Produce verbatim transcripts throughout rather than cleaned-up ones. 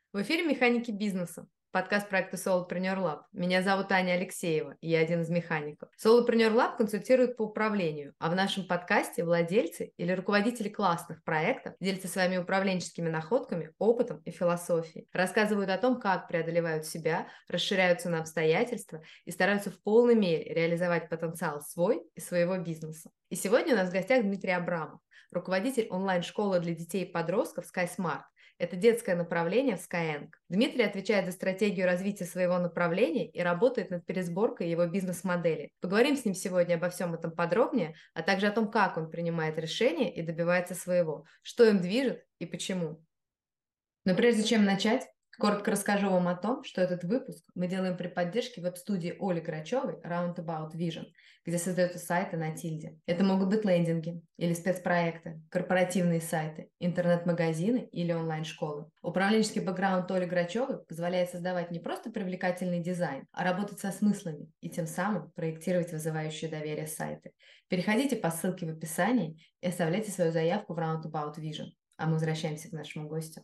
В эфире «Механики бизнеса», подкаст проекта Solopreneur Lab. Меня зовут Аня Алексеева, и я один из механиков. Solopreneur Lab консультирует по управлению, а в нашем подкасте владельцы или руководители классных проектов делятся своими управленческими находками, опытом и философией. Рассказывают о том, как преодолевают себя, расширяются на обстоятельства и стараются в полной мере реализовать потенциал свой и своего бизнеса. И сегодня у нас в гостях Дмитрий Абрамов, руководитель онлайн-школы для детей и подростков SkySmart. Это детское направление в Skyeng. Дмитрий отвечает за стратегию развития своего направления и работает над пересборкой его бизнес-модели. Поговорим с ним сегодня обо всем этом подробнее, а также о том, как он принимает решения и добивается своего, что им движет и почему. Но прежде чем начать, коротко расскажу вам о том, что этот выпуск мы делаем при поддержке веб-студии Оли Грачевой Roundabout Vision, где создаются сайты на Тильде. Это могут быть лендинги или спецпроекты, корпоративные сайты, интернет-магазины или онлайн-школы. Управленческий бэкграунд Оли Грачевой позволяет создавать не просто привлекательный дизайн, а работать со смыслами и тем самым проектировать вызывающие доверие сайты. Переходите по ссылке в описании и оставляйте свою заявку в Roundabout Vision. А мы возвращаемся к нашему гостю.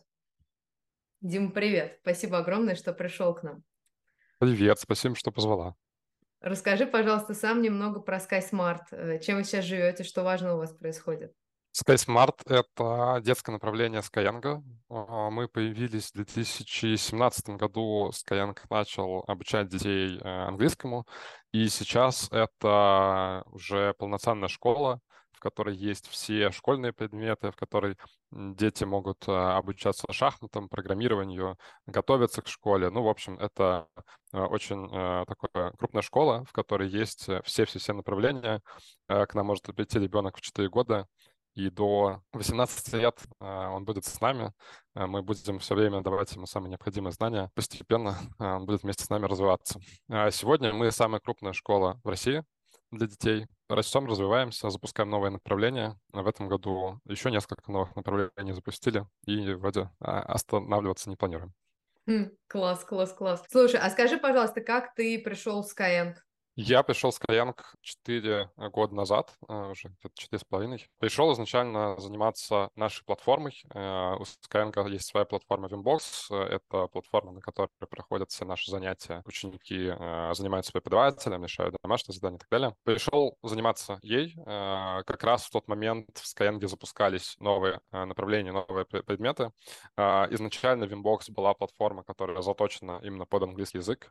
Дима, привет. Спасибо огромное, что пришел к нам. Привет, спасибо, что позвала. Расскажи, пожалуйста, сам немного про SkySmart. Э, Чем вы сейчас живете, что важно у вас происходит? SkySmart — это детское направление Skyeng. А, Мы появились в две тысячи семнадцатом году. Skyeng начал обучать детей э, английскому, и сейчас это уже полноценная школа, в которой есть все школьные предметы, в которой м, дети могут э, обучаться шахматам, программированию, готовиться к школе. Ну, в общем, это э, очень э, такая крупная школа, в которой есть э, все-все-все направления. Э, К нам может прийти ребенок в четыре года, и до восемнадцати лет а, он будет с нами. А, Мы будем все время давать ему самые необходимые знания. Постепенно а, он будет вместе с нами развиваться. А Сегодня мы самая крупная школа в России для детей. Растем, развиваемся, запускаем новые направления. А В этом году еще несколько новых направлений запустили, и вроде а, останавливаться не планируем. М, класс, класс, класс. Слушай, а скажи, пожалуйста, как ты пришел в Skyeng? Я пришел в Skyeng четыре года назад, э, уже где-то четыре с половиной. Пришел изначально заниматься нашей платформой. Э, У Skyeng есть своя платформа Wimbox. Э, Это платформа, на которой проходят все наши занятия. Ученики э, занимаются преподавателем, решают домашние задания и так далее. Пришел заниматься ей. Э, Как раз в тот момент в Skyeng запускались новые э, направления, новые пре- предметы. Э, Изначально Wimbox была платформа, которая заточена именно под английский язык.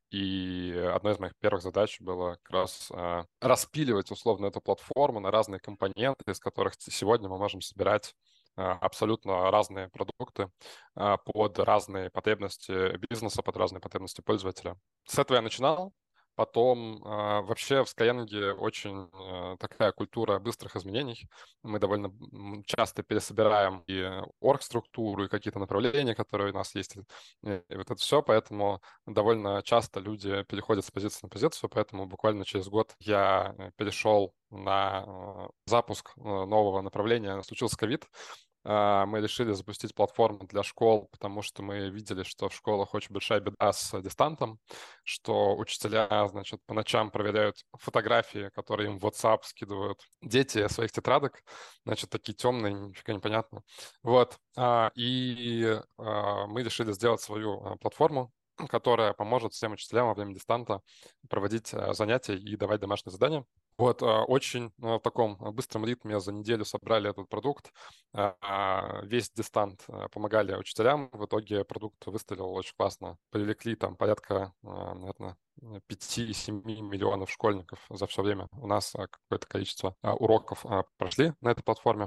И одной из моих первых задач было как раз а, распиливать условно эту платформу на разные компоненты, из которых т- сегодня мы можем собирать а, абсолютно разные продукты а, под разные потребности бизнеса, под разные потребности пользователя. С этого я начинал. Потом а, вообще в Skyeng очень а, такая культура быстрых изменений. Мы довольно м, часто пересобираем и орг-структуру, и какие-то направления, которые у нас есть. И и вот это все, поэтому довольно часто люди переходят с позиции на позицию, поэтому буквально через год я э, перешел на э, запуск э, нового направления. Случился ковид. А, Мы решили запустить платформу для школ, потому что мы видели, что в школах очень большая беда с дистантом, что учителя, значит, по ночам проверяют фотографии, которые им в WhatsApp скидывают дети своих тетрадок, значит, такие темные, нифига непонятно. Вот. А, И а, мы решили сделать свою а, платформу, которая поможет всем учителям во время дистанта проводить а, занятия и давать домашние задания. Вот, а, очень а, в таком а, быстром ритме за неделю собрали этот продукт. А, а, Весь дистант а, помогали учителям. В итоге продукт выстрелил очень классно. Привлекли там порядка, а, наверное, пяти-семи миллионов школьников за все время. У нас а, какое-то количество а, уроков а, прошли на этой платформе.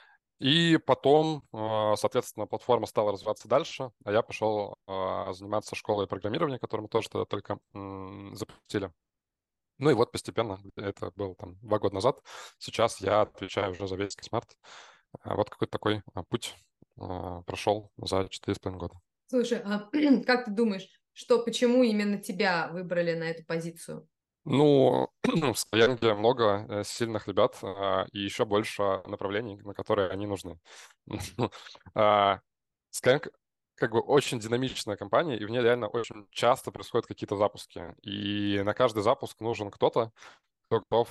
И потом, а, соответственно, платформа стала развиваться дальше, а я пошел а, заниматься школой программирования, которую мы тоже тогда только м, запустили. Ну и вот постепенно, это было там два года назад, сейчас я отвечаю уже за весь Космарт. А Вот какой-то такой а, путь а, прошел за четыре с половиной года. Слушай, а как ты думаешь, что, почему именно тебя выбрали на эту позицию? Ну, в Skyeng много э, сильных ребят а, и еще больше направлений, на которые они нужны. А, Skyeng как бы очень динамичная компания, и в ней реально очень часто происходят какие-то запуски. И на каждый запуск нужен кто-то, готов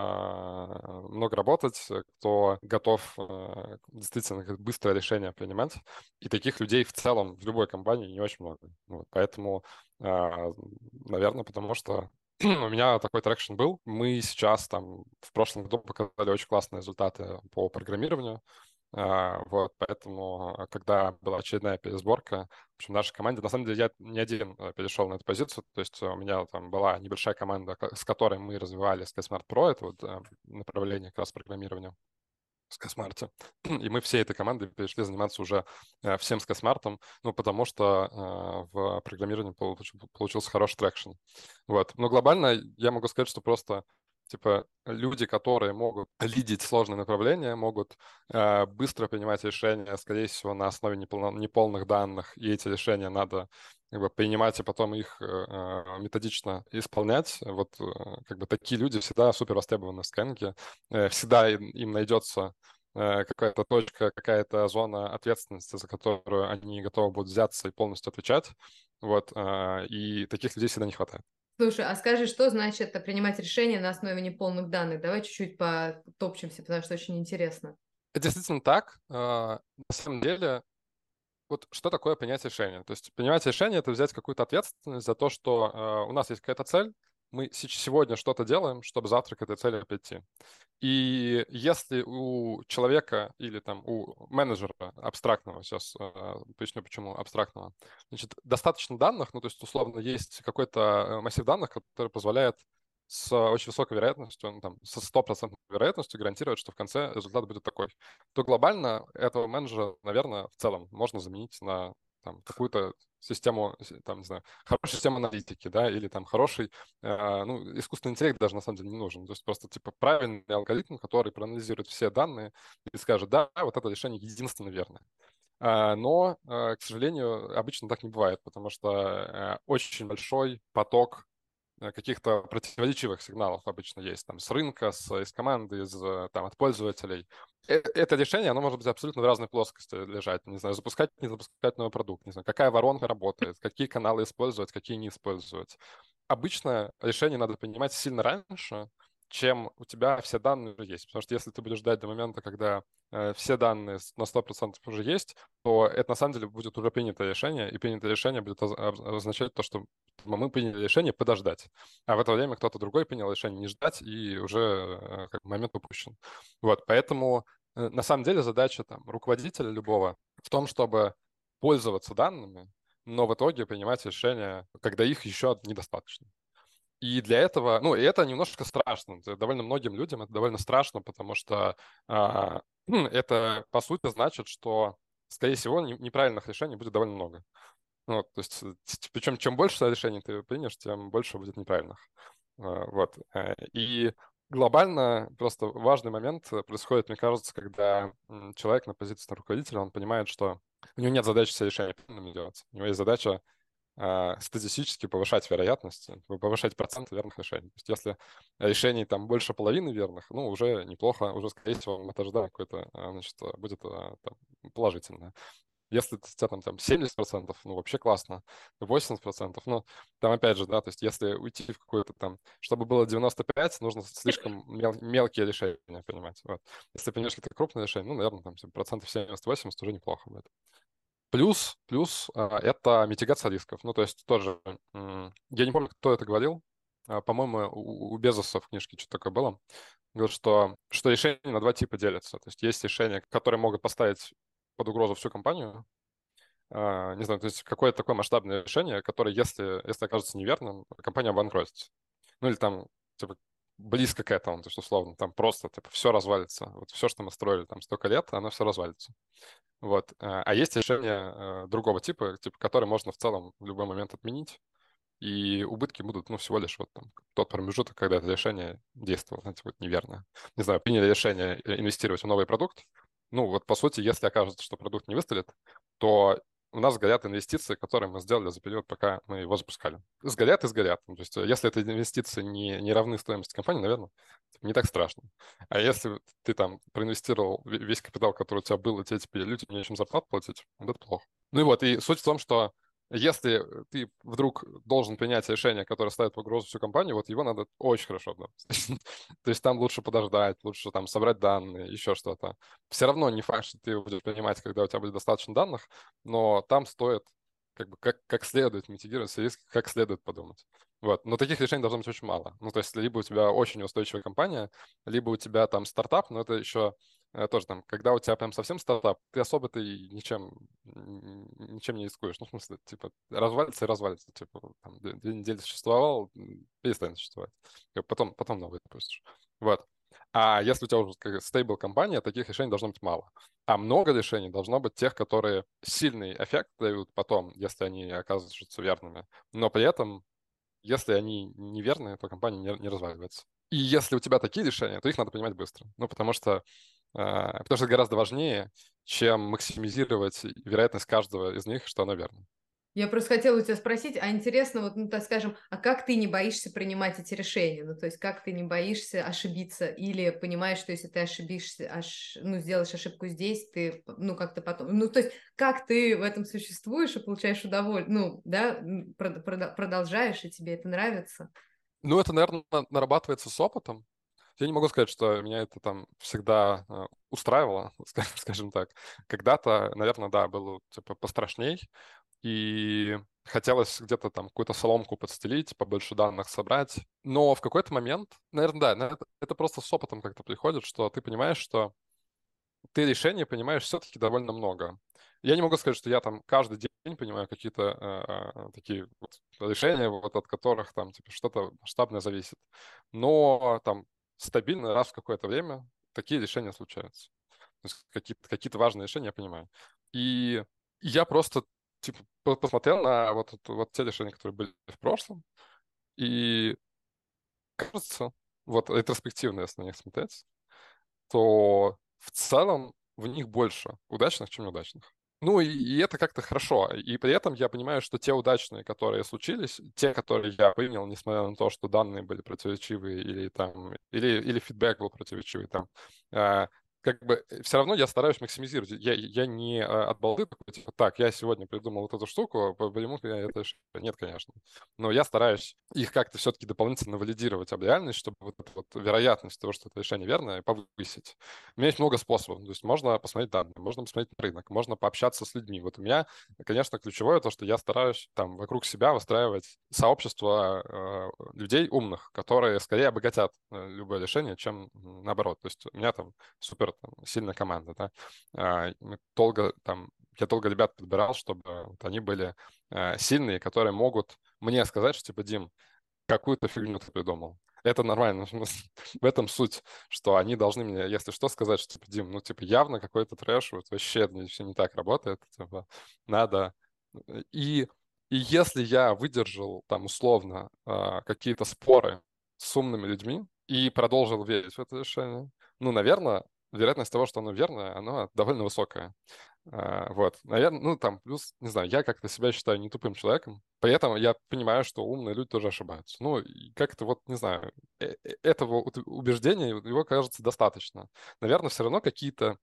э, много работать, кто готов э, действительно как быстрое решение принимать. И таких людей в целом в любой компании не очень много. Вот, поэтому, э, наверное, потому что у меня такой трекшн был. Мы сейчас там в прошлом году показали очень классные результаты по программированию. А, Вот, поэтому, а, когда была очередная пересборка, в общем, наша команда, на самом деле, я не один э, перешел на эту позицию, то есть у меня там была небольшая команда, ко- с которой мы развивали SkySmart Pro, это вот э, направление как раз программирования в SkySmart. И мы всей этой командой перешли заниматься уже э, всем SkySmart, ну, потому что э, в программировании получ- получился хороший трекшн. Вот. Но глобально я могу сказать, что просто типа люди, которые могут лидить сложные направления, могут э, быстро принимать решения, скорее всего, на основе неполно- неполных данных, и эти решения надо как бы принимать и потом их э, э, методично исполнять. Вот э, как бы такие люди всегда супер востребованы в Skyeng. Э, Всегда им, им найдется э, какая-то точка, какая-то зона ответственности, за которую они готовы будут взяться и полностью отвечать. Вот, э, и таких людей всегда не хватает. Слушай, а скажи, что значит принимать решения на основе неполных данных? Давай чуть-чуть потопчемся, потому что очень интересно. Это действительно так. Э, На самом деле, вот что такое принять решение? То есть принимать решение — это взять какую-то ответственность за то, что э, у нас есть какая-то цель, мы се- сегодня что-то делаем, чтобы завтра к этой цели прийти. И если у человека или там у менеджера абстрактного, сейчас э, поясню, почему абстрактного, значит, достаточно данных, ну, то есть, условно, есть какой-то э, массив данных, который позволяет с очень высокой вероятностью, ну, там, со стопроцентной вероятностью гарантировать, что в конце результат будет такой, то глобально этого менеджера, наверное, в целом можно заменить на там, какую-то систему, с- там, не знаю, хорошую систему аналитики, да, или там хороший, э, ну, искусственный интеллект даже на самом деле не нужен. То есть просто типа правильный алгоритм, который проанализирует все данные и скажет, да, вот это решение единственно верное. А, Но, э, к сожалению, обычно так не бывает, потому что э, очень большой поток э, каких-то противоречивых сигналов обычно есть там с рынка, с, из команды, из, э, там, от пользователей. Э, Это решение, оно может быть абсолютно в разной плоскости лежать. Не знаю, запускать, не запускать новый продукт, не знаю, какая воронка работает, какие каналы использовать, какие не использовать. Обычно решение надо принимать сильно раньше, чем у тебя все данные уже есть. Потому что если ты будешь ждать до момента, когда э, все данные с- на сто процентов уже есть, то это на самом деле будет уже принятое решение, и принятое решение будет оз- оз- означать то, что мы приняли решение подождать. А в это время кто-то другой принял решение не ждать, и уже э, как бы момент упущен. Вот, поэтому э, на самом деле задача там руководителя любого в том, чтобы пользоваться данными, но в итоге принимать решения, когда их еще недостаточно. И для этого, ну, и это немножко страшно. Это довольно многим людям это довольно страшно, потому что а, это, по сути, значит, что, скорее всего, не- неправильных решений будет довольно много. Ну, вот, то есть, причем чем больше решений ты примешь, тем больше будет неправильных. А, Вот. э, И глобально просто важный момент э, происходит, мне кажется, когда м, человек на позиции руководителя, он понимает, что у него нет задачи все решения правильными делать. У него есть задача а, статистически повышать вероятность, э, повышать процент верных решений. То есть если решений там больше половины верных, ну, уже неплохо, уже, скорее всего, мы ожидаем какое-то, а, значит, будет а, там, положительное. Если у тебя там, там семьдесят процентов, ну, вообще классно. восемьдесят процентов, ну, там опять же, да, то есть если уйти в какую-то там, чтобы было девяносто пять, нужно слишком мел- мелкие решения принимать. Вот. Если принимаешь какие-то крупные решения, ну, наверное, там типа, процентов семьдесят-восемьдесят уже неплохо будет. Плюс, плюс а, это митигация рисков. Ну, то есть тоже, м, я не помню, кто это говорил, а, по-моему, у, у Безоса в книжке что-то такое было. Говорит, что, что решения на два типа делятся. То есть есть решения, которые могут поставить под угрозу всю компанию. А, не знаю, то есть какое-то такое масштабное решение, которое, если, если окажется неверным, компания обанкротится. Ну или там, типа, близко к этому, то есть, условно, там просто, типа, все развалится. Вот все, что мы строили там столько лет, оно все развалится. Вот. А а есть решения э, другого типа, типа, которые можно в целом в любой момент отменить, и убытки будут, ну, всего лишь вот там тот промежуток, когда это решение действовало, знаете, вот неверно. Не знаю, приняли решение э, инвестировать в новый продукт. Ну, вот по сути, если окажется, что продукт не выстрелит, то у нас сгорят инвестиции, которые мы сделали за период, пока мы его запускали. Сгорят и сгорят. Ну, то есть, э, если эти инвестиции не, не равны стоимости компании, наверное, не так страшно. А если ты там проинвестировал ве- весь капитал, который у тебя был, и тебе теперь люди нечем зарплату платить, вот это плохо. Ну и вот, и суть в том, что Если ты вдруг должен принять решение, которое ставит под угрозу всю компанию, вот его надо очень хорошо обдумать. То есть там лучше подождать, лучше там собрать данные, еще что-то. Все равно не факт, что ты будешь принимать, когда у тебя будет достаточно данных, но там стоит как бы как, как следует митигировать все риски, как следует подумать. Вот. Но таких решений должно быть очень мало. Ну, то есть либо у тебя очень устойчивая компания, либо у тебя там стартап, но это еще э, тоже там, когда у тебя прям совсем стартап, ты особо ты ничем, н- ничем не рискуешь. Ну, в смысле, типа, развалится и развалится. Типа, там, две, две недели существовал, м, перестанет существовать. Как бы Потом, потом новый запустишь. Вот. А если у тебя уже как стейбл компания, таких решений должно быть мало. А много решений должно быть тех, которые сильный эффект дают потом, если они оказываются верными. Но при этом, если они неверные, то компания не, не разваливается. И если у тебя такие решения, то их надо принимать быстро. Ну, потому что, э, потому что это гораздо важнее, чем максимизировать вероятность каждого из них, что оно верно. Я просто хотела у тебя спросить, а интересно, вот, ну, так скажем, а как ты не боишься принимать эти решения? Ну, то есть, как ты не боишься ошибиться? Или понимаешь, что если ты ошибишься, ошиб... ну, сделаешь ошибку здесь, ты, ну, как-то потом... Ну, то есть, как ты в этом существуешь и получаешь удовольствие? Ну, да, м, прод- прод- продолжаешь, и тебе это нравится? Ну, это, наверное, нарабатывается с опытом. Я не могу сказать, что меня это там всегда э, устраивало, ска- скажем так. Когда-то, наверное, да, было типа пострашней, и хотелось где-то там какую-то соломку подстелить, побольше данных собрать. Но в какой-то момент, наверное, да, наверно, это, это просто с опытом как-то приходит, что ты понимаешь, что ты решений понимаешь все-таки довольно много. Я не могу сказать, что я там каждый день понимаю какие-то э, э, такие вот решения, вот от которых там типа что-то масштабное зависит. Но там стабильно раз в какое-то время такие решения случаются. То есть какие-то какие важные решения я понимаю. И я просто типа по- посмотрел на вот, вот, вот те решения, которые были в прошлом, и кажется, вот ретроспективно, если на них смотреть, то в целом в них больше удачных, чем неудачных. Ну и, и это как-то хорошо. И при этом я понимаю, что те удачные, которые случились, те, которые я принял, несмотря на то, что данные были противоречивые или там, или, или фидбэк был противоречивый там, а, как бы все равно я стараюсь максимизировать. Я, я не а, от балды такой, типа, так, я сегодня придумал вот эту штуку, приму я это решение. Нет, конечно. Но я стараюсь их как-то все-таки дополнительно валидировать об реальность, чтобы вот эту вот вероятность того, что это решение верное, повысить. У меня есть много способов. То есть можно посмотреть данные, можно посмотреть на рынок, можно пообщаться с людьми. Вот у меня, конечно, ключевое то, что я стараюсь там вокруг себя выстраивать сообщество э, людей умных, которые скорее обогатят э, любое решение, чем м, наоборот. То есть у меня там супер там, сильная команда, да. А, мы долго там, я долго ребят подбирал, чтобы вот они были э, сильные, которые могут мне сказать, что типа, Дим, какую-то фигню ты придумал. Это нормально. В этом суть, что они должны мне, если что, сказать, что, типа, Дим, ну, типа, явно какой-то трэш, вот вообще все не так работает, типа, надо... И, и если я выдержал, там, условно, а, какие-то споры с умными людьми и продолжил верить в это решение, ну, наверное, вероятность того, что оно верное, она довольно высокая. А, Вот, наверное, ну там плюс, не знаю, я как-то себя считаю не тупым человеком, при этом я понимаю, что умные люди тоже ошибаются. Ну, и как-то вот, не знаю, э- э- этого вот убеждения, его кажется достаточно. Наверное, все равно какие-то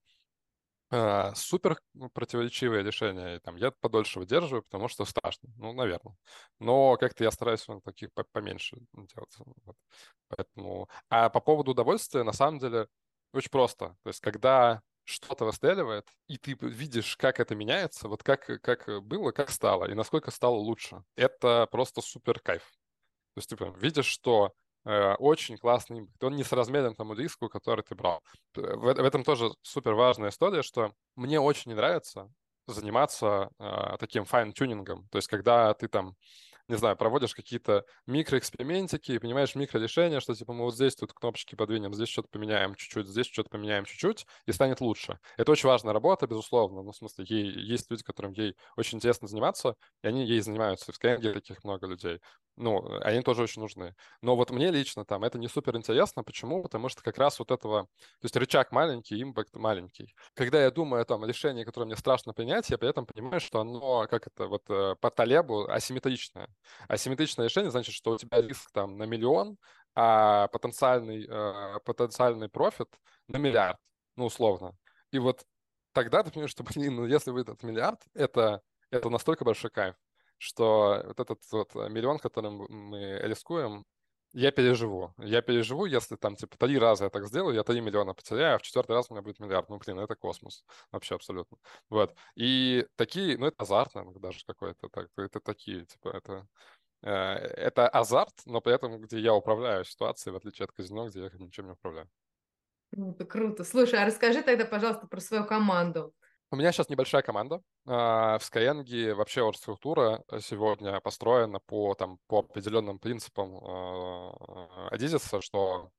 а, супер противоречивые решения, и там я подольше выдерживаю, потому что страшно, ну, наверное. Но как-то я стараюсь ну, таких по- поменьше делать. Вот. Поэтому... А по поводу удовольствия, на самом деле, очень просто. То есть, когда что-то выстреливает, и ты видишь, как это меняется, вот как, как было, как стало, и насколько стало лучше, это просто супер кайф. То есть ты прям видишь, что э, очень классный импакт. Он несоразмерен тому риску, который ты брал. Т- В, в этом тоже супер важная история, что мне очень не нравится заниматься э, таким файн-тюнингом. То есть когда ты там не знаю, проводишь какие-то микроэкспериментики и понимаешь микрорешения, что типа мы вот здесь тут кнопочки подвинем, здесь что-то поменяем чуть-чуть, здесь что-то поменяем чуть-чуть, и станет лучше. Это очень важная работа, безусловно. Ну, в смысле, ей, есть люди, которым ей очень интересно заниматься, и они ей занимаются. И в Skyeng таких много людей. Ну, они тоже очень нужны. Но вот мне лично там это не супер интересно. Почему? Потому что как раз вот этого... То есть рычаг маленький, импакт маленький. Когда я думаю о том решении, которое мне страшно принять, я при этом понимаю, что оно, как это, вот э, по Талебу асимметричное. Асимметричное решение значит, что у тебя риск там на миллион, а потенциальный, э, потенциальный профит на миллиард, ну, условно. И вот тогда ты понимаешь, что, блин, ну, если вы этот миллиард, это, это настолько большой кайф. что вот этот вот миллион, которым мы рискуем, я переживу. Я переживу, если там, типа, три раза я так сделаю, я три миллиона потеряю, а в четвертый раз у меня будет миллиард. Ну, блин, это космос. Вообще абсолютно. Вот. И такие, ну, это азарт, наверное, даже какой-то. Так, это такие, типа, это... э, Это азарт, но при этом, где я управляю ситуацией, в отличие от казино, где я ничем не управляю. Круто, круто. Слушай, а расскажи тогда, пожалуйста, про свою команду. У меня сейчас небольшая команда. А, В Skyeng вообще орг-структура сегодня построена по, там, по определенным принципам а, Адизиса, что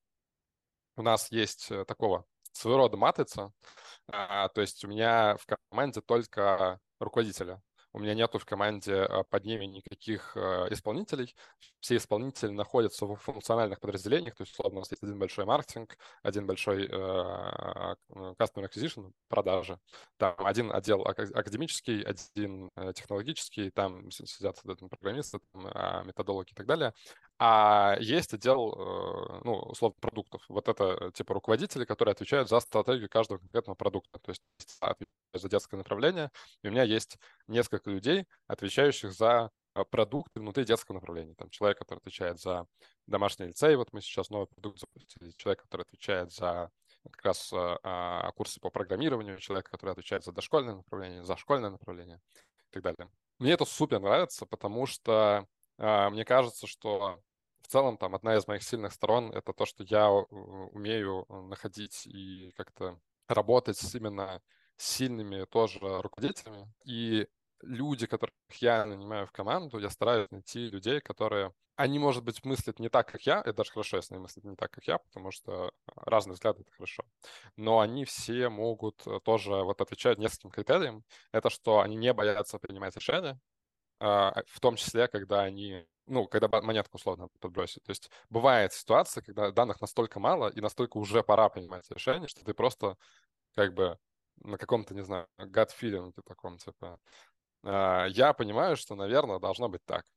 у нас есть э, такого своего рода матрица. А, то есть у меня в команде только руководителя. У меня нету в команде а, под ними никаких а, исполнителей. Все исполнители находятся в функциональных подразделениях. То есть, условно, у нас есть один большой маркетинг, один большой э, customer acquisition, продажи. Там один отдел ака- академический, один э, технологический, там с- сидят там, программисты, там, а, методологи и так далее. А есть отдел, э, ну, условно, продуктов. Вот это э, типа руководители, которые отвечают за стратегию каждого конкретного продукта. То есть отвечаю за детское направление, и у меня есть несколько людей, отвечающих за э, продукты внутри детского направления. Там человек, который отвечает за домашний лицей, вот мы сейчас новый продукт запустили, человек, который отвечает за как раз э, а, курсы по программированию, человек, который отвечает за дошкольное направление, за школьное направление и так далее. Мне это супер нравится, потому что э, мне кажется, что в целом, там, одна из моих сильных сторон — это то, что я э, умею э, находить и как-то работать с именно сильными тоже руководителями. И люди, которых я нанимаю в команду, я стараюсь найти людей, которые... Они, может быть, мыслят не так, как я. Это даже хорошо, если они мыслят не так, как я, потому что разные взгляды — это хорошо. Но они все могут э, тоже вот отвечать нескольким критериям. Это что они не боятся принимать решения, а, в том числе, когда они, ну, когда ба- монетку условно подбросить. То есть бывает ситуация, когда данных настолько мало и настолько уже пора принимать решение, что ты просто как бы на каком-то, не знаю, gut feeling таком, типа, а, я понимаю, что, наверное, должно быть так.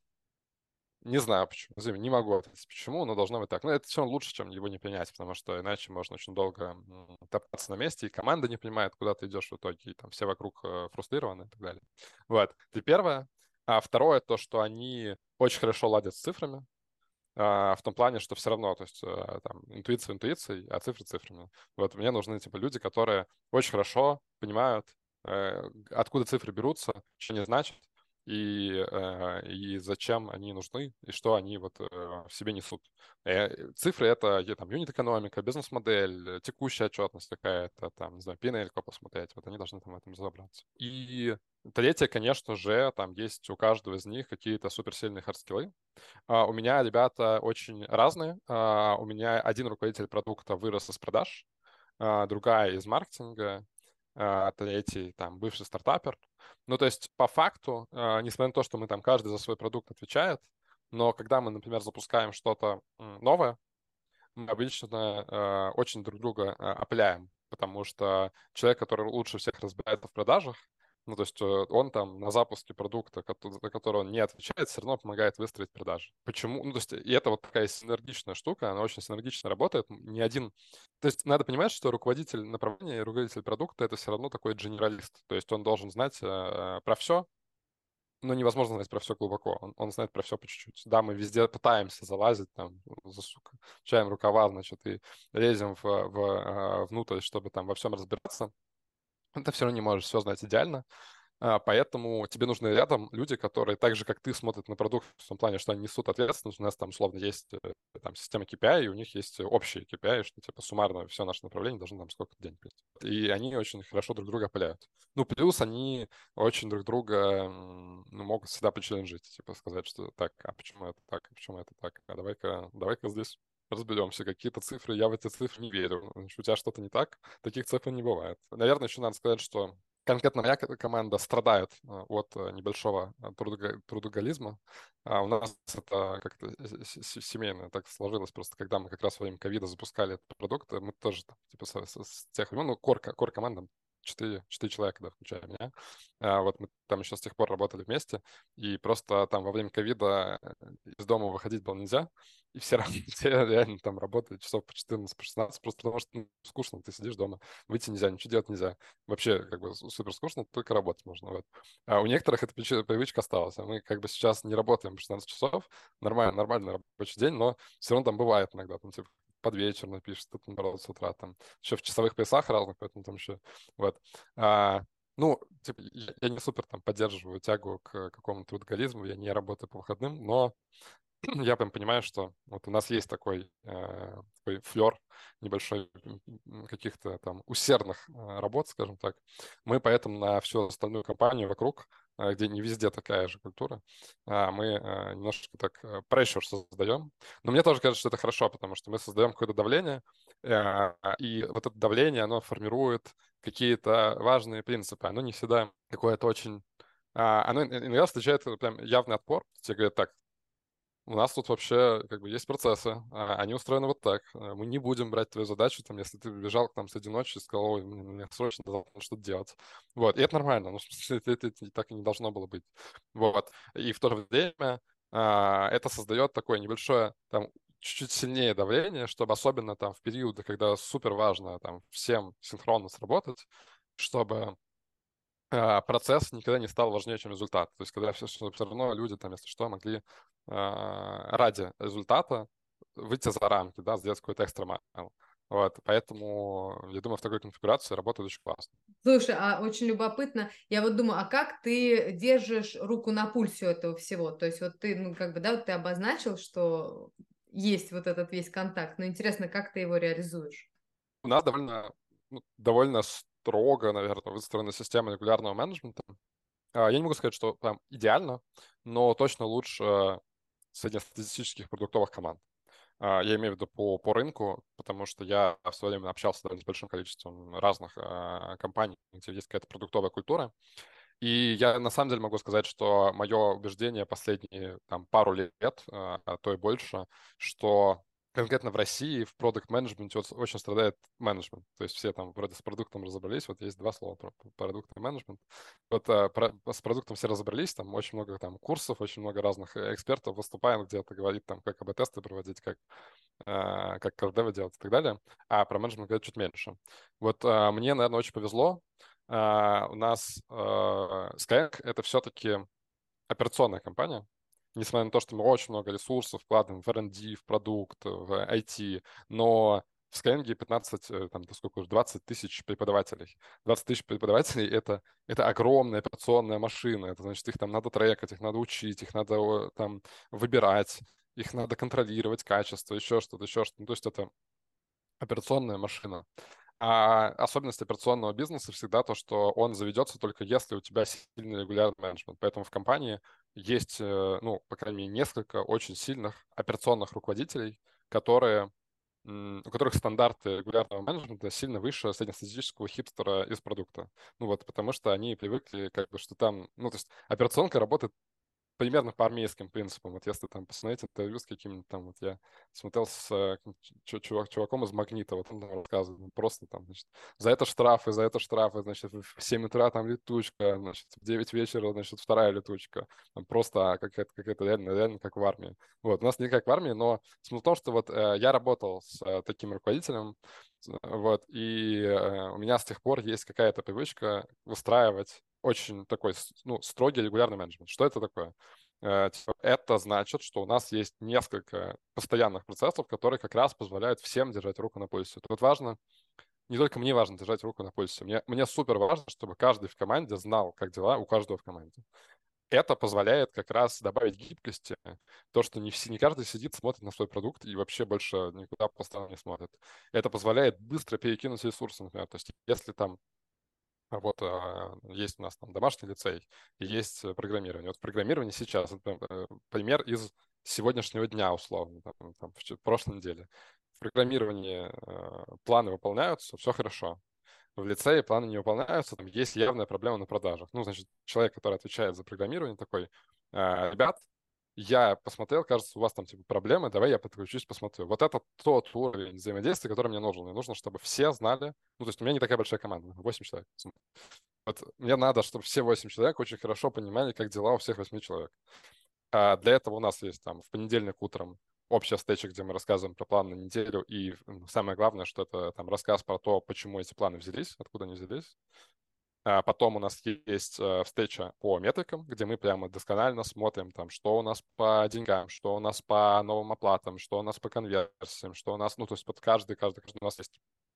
Не знаю почему, Зим, не могу ответить почему, но должно быть так. Но это все равно лучше, чем его не принять, потому что иначе можно очень долго м, топтаться на месте, и команда не понимает, куда ты идешь в итоге, и там все вокруг э, фрустрированы и так далее. Вот, это первое. А второе, то, что они очень хорошо ладят с цифрами, а, в том плане, что все равно, то есть э, там интуиция интуицией, а цифры цифрами. Вот мне нужны типа люди, которые очень хорошо понимают, э, откуда цифры берутся, что они значат, и, э, и зачем они нужны, и что они вот э, в себе несут. Э, Цифры — это е- там юнит-экономика, бизнес-модель, э, текущая отчетность какая-то, там, не знаю, пи эн эл посмотреть, вот они должны там в этом разобраться. И третье, конечно же, там есть у каждого из них какие-то суперсильные хардскиллы. А, У меня ребята очень разные. А, У меня один руководитель продукта вырос из продаж, а, другая из маркетинга, а, третий там бывший стартапер. Ну, то есть по факту, а, несмотря на то, что мы там каждый за свой продукт отвечает, но когда мы, например, запускаем что-то м, новое, мы обычно э, очень друг друга э, опыляем, потому что человек, который лучше всех разбирается в продажах, ну, то есть э, он там на запуске продукта, кото- за который он не отвечает, все равно помогает выстроить продажи. Почему? Ну, то есть и это вот такая синергичная штука, она очень синергично работает. Ни один... То есть надо понимать, что руководитель направления и руководитель продукта — это все равно такой генералист. То есть он должен знать э, про все, ну, невозможно знать про все глубоко. Он, он знает про все по чуть-чуть. Да, мы везде пытаемся залазить, там, засучаем рукава, значит, и лезем в, в, а, внутрь, чтобы там во всем разбираться. Ты все равно не можешь все знать идеально. А, Поэтому тебе нужны рядом люди, которые так же, как ты, смотрят на продукт в том плане, что они несут ответственность. У нас там, условно, есть э, там система кей пи ай, и у них есть общие кей пи ай, что типа суммарно все наше направление должно там сколько денег принести. И они очень хорошо друг друга опыляют. Ну, плюс они очень друг друга м, ну, могут всегда почелленджить, типа сказать, что так, а почему это так, а почему это так, а давай-ка, давай-ка здесь разберемся, какие-то цифры, я в эти цифры не верю. Значит, у тебя что-то не так, таких цифр не бывает. Наверное, еще надо сказать, что конкретно моя ко- команда страдает э, от э, небольшого э, трудога- трудоголизма. А у нас это как-то с- с- семейно так сложилось. Просто когда мы как раз во время ковида запускали этот продукт, э, мы тоже там, типа с, с- с тех времен, ну, кор, кор команда четыре, четыре человека, да, включая меня. А, вот мы там еще с тех пор работали вместе, и просто там во время ковида из дома выходить было нельзя, и все, все реально там работали часов по четырнадцать, по шестнадцать, просто потому что ну, скучно, ты сидишь дома, выйти нельзя, ничего делать нельзя. Вообще как бы супер скучно, только работать можно. Вот. А у некоторых эта привычка осталась. А мы как бы сейчас не работаем по шестнадцать часов, нормально, нормальный рабочий день, но все равно там бывает иногда, там, типа, под вечер напишешь, тут, наоборот, с утра, там, еще в часовых поясах разных, поэтому там еще, вот. А, ну, типа, я, я не супер там поддерживаю тягу к какому-то трудоголизму, я не работаю по выходным, но я прям понимаю, что вот у нас есть такой, э, такой флер небольшой м, каких-то там усердных э, работ, скажем так. Мы поэтому на всю остальную компанию вокруг, э, где не везде такая же культура, а, мы э, немножко так э, pressure создаем. Но мне тоже кажется, что это хорошо, потому что мы создаем какое-то давление, э, и вот это давление, оно формирует какие-то важные принципы. Оно не всегда какое-то очень... а, Оно иногда встречает прям явный отпор. Тебе говорят, так, у нас тут вообще как бы есть процессы, а, они устроены вот так. А, Мы не будем брать твою задачу, там, если ты бежал к нам среди ночи и сказал, ой, мне, мне срочно надо что-то делать. Вот, и это нормально, ну, в смысле, это, это- это так и не должно было быть. Вот, и в то же время а, это создает такое небольшое, там, чуть-чуть сильнее давление, чтобы особенно там в периоды, когда супер важно там всем синхронно сработать, чтобы а, процесс никогда не стал важнее, чем результат. То есть когда все, все равно люди там, если что, могли а, ради результата выйти за рамки, да, сделать какой-то экстра майл. Вот, поэтому, я думаю, в такой конфигурации работает очень классно. Слушай, а очень любопытно. Я вот думаю, а как ты держишь руку на пульсе этого всего? То есть вот ты, ну, как бы, да, вот ты обозначил, что есть вот этот весь контакт, но интересно, как ты его реализуешь? У нас довольно, ну, довольно строго, наверное, выстроена система регулярного менеджмента. А, Я не могу сказать, что прям идеально, но точно лучше среднестатистических продуктовых команд. А, Я имею в виду по, по рынку, потому что я в свое время общался довольно с большим количеством разных а, компаний, где есть какая-то продуктовая культура. И я на самом деле могу сказать, что мое убеждение последние там, пару лет, а а то и больше, что конкретно в России в продукт-менеджменте вот очень страдает менеджмент. То есть все там вроде с продуктом разобрались, вот есть два слова про продукт и менеджмент. Вот а, про- с продуктом все разобрались, там очень много там курсов, очень много разных э, экспертов выступает, где-то говорит там, как эй би-тесты проводить, как а, как кросс-девы делать и так далее, а про менеджмент говорят чуть меньше. Вот а, мне, наверное, очень повезло. А, У нас а, Skyeng — это все-таки операционная компания, несмотря на то, что мы очень много ресурсов вкладываем в ар энд ди, в продукт, в ай ти, но в Skyeng пятнадцать, э, там, да сколько уже, двадцать тысяч преподавателей. двадцать тысяч преподавателей — это, это огромная операционная машина. Это значит, их там надо трекать, их надо учить, их надо о, там выбирать, их надо контролировать качество, еще что-то, еще что-то. Ну, то есть это операционная машина. А особенность операционного бизнеса всегда то, что он заведется только если у тебя сильный регулярный менеджмент. Поэтому в компании есть, э, ну, по крайней мере, несколько очень сильных операционных руководителей, которые, м, у которых стандарты регулярного менеджмента сильно выше среднестатистического хипстера из продукта. Ну вот, потому что они привыкли, как бы, что там, ну, то есть операционка работает примерно по армейским принципам. Вот если там посмотреть интервью с каким-нибудь там, вот я смотрел с э, чу- чувак, чуваком из «Магнита», вот он там рассказывает, ну, просто там, значит, за это штрафы, за это штрафы, значит, в семь утра там летучка, значит, в девять вечера, значит, вторая летучка. Там просто какая-то, какая-то реально, реально как в армии. Вот, у нас не как в армии, но смысл в том, что вот э, я работал с э, таким руководителем, с- вот, и э, у меня с тех пор есть какая-то привычка выстраивать очень такой, с- ну, строгий регулярный менеджмент. Что это такое? Э, типа, Это значит, что у нас есть несколько постоянных процессов, которые как раз позволяют всем держать руку на пульсе. Тут важно, не только мне важно держать руку на пульсе, мне, мне супер важно, чтобы каждый в команде знал, как дела у каждого в команде. Это позволяет как раз добавить гибкости, то, что не, все, не каждый сидит, смотрит на свой продукт и вообще больше никуда по сторонам не смотрит. Это позволяет быстро перекинуть ресурсы, например. То есть если там а Вот а, есть у нас там домашний лицей, и есть э, программирование. Вот программирование сейчас, это э, пример из сегодняшнего дня, условно, там, там, в ч- прошлой неделе. В программировании э, планы выполняются, все хорошо. В лицее планы не выполняются, там есть явная проблема на продажах. Ну, значит, человек, который отвечает за программирование, такой, «А, ребят, я посмотрел, кажется, у вас там типа проблемы, давай я подключусь, посмотрю. Вот это тот уровень взаимодействия, который мне нужен. Мне нужно, чтобы все знали, ну, то есть у меня не такая большая команда, восемь человек. Вот мне надо, чтобы все восемь человек очень хорошо понимали, как дела у всех восьми человек. А для этого у нас есть там в понедельник утром общая встреча, где мы рассказываем про план на неделю, и м, самое главное, что это там рассказ про то, почему эти планы взялись, откуда они взялись. А потом у нас есть э, встреча по метрикам, где мы прямо досконально смотрим, там, что у нас по деньгам, что у нас по новым оплатам, что у нас по конверсиям, что у нас, ну, то есть под каждый, каждый, каждый у нас есть,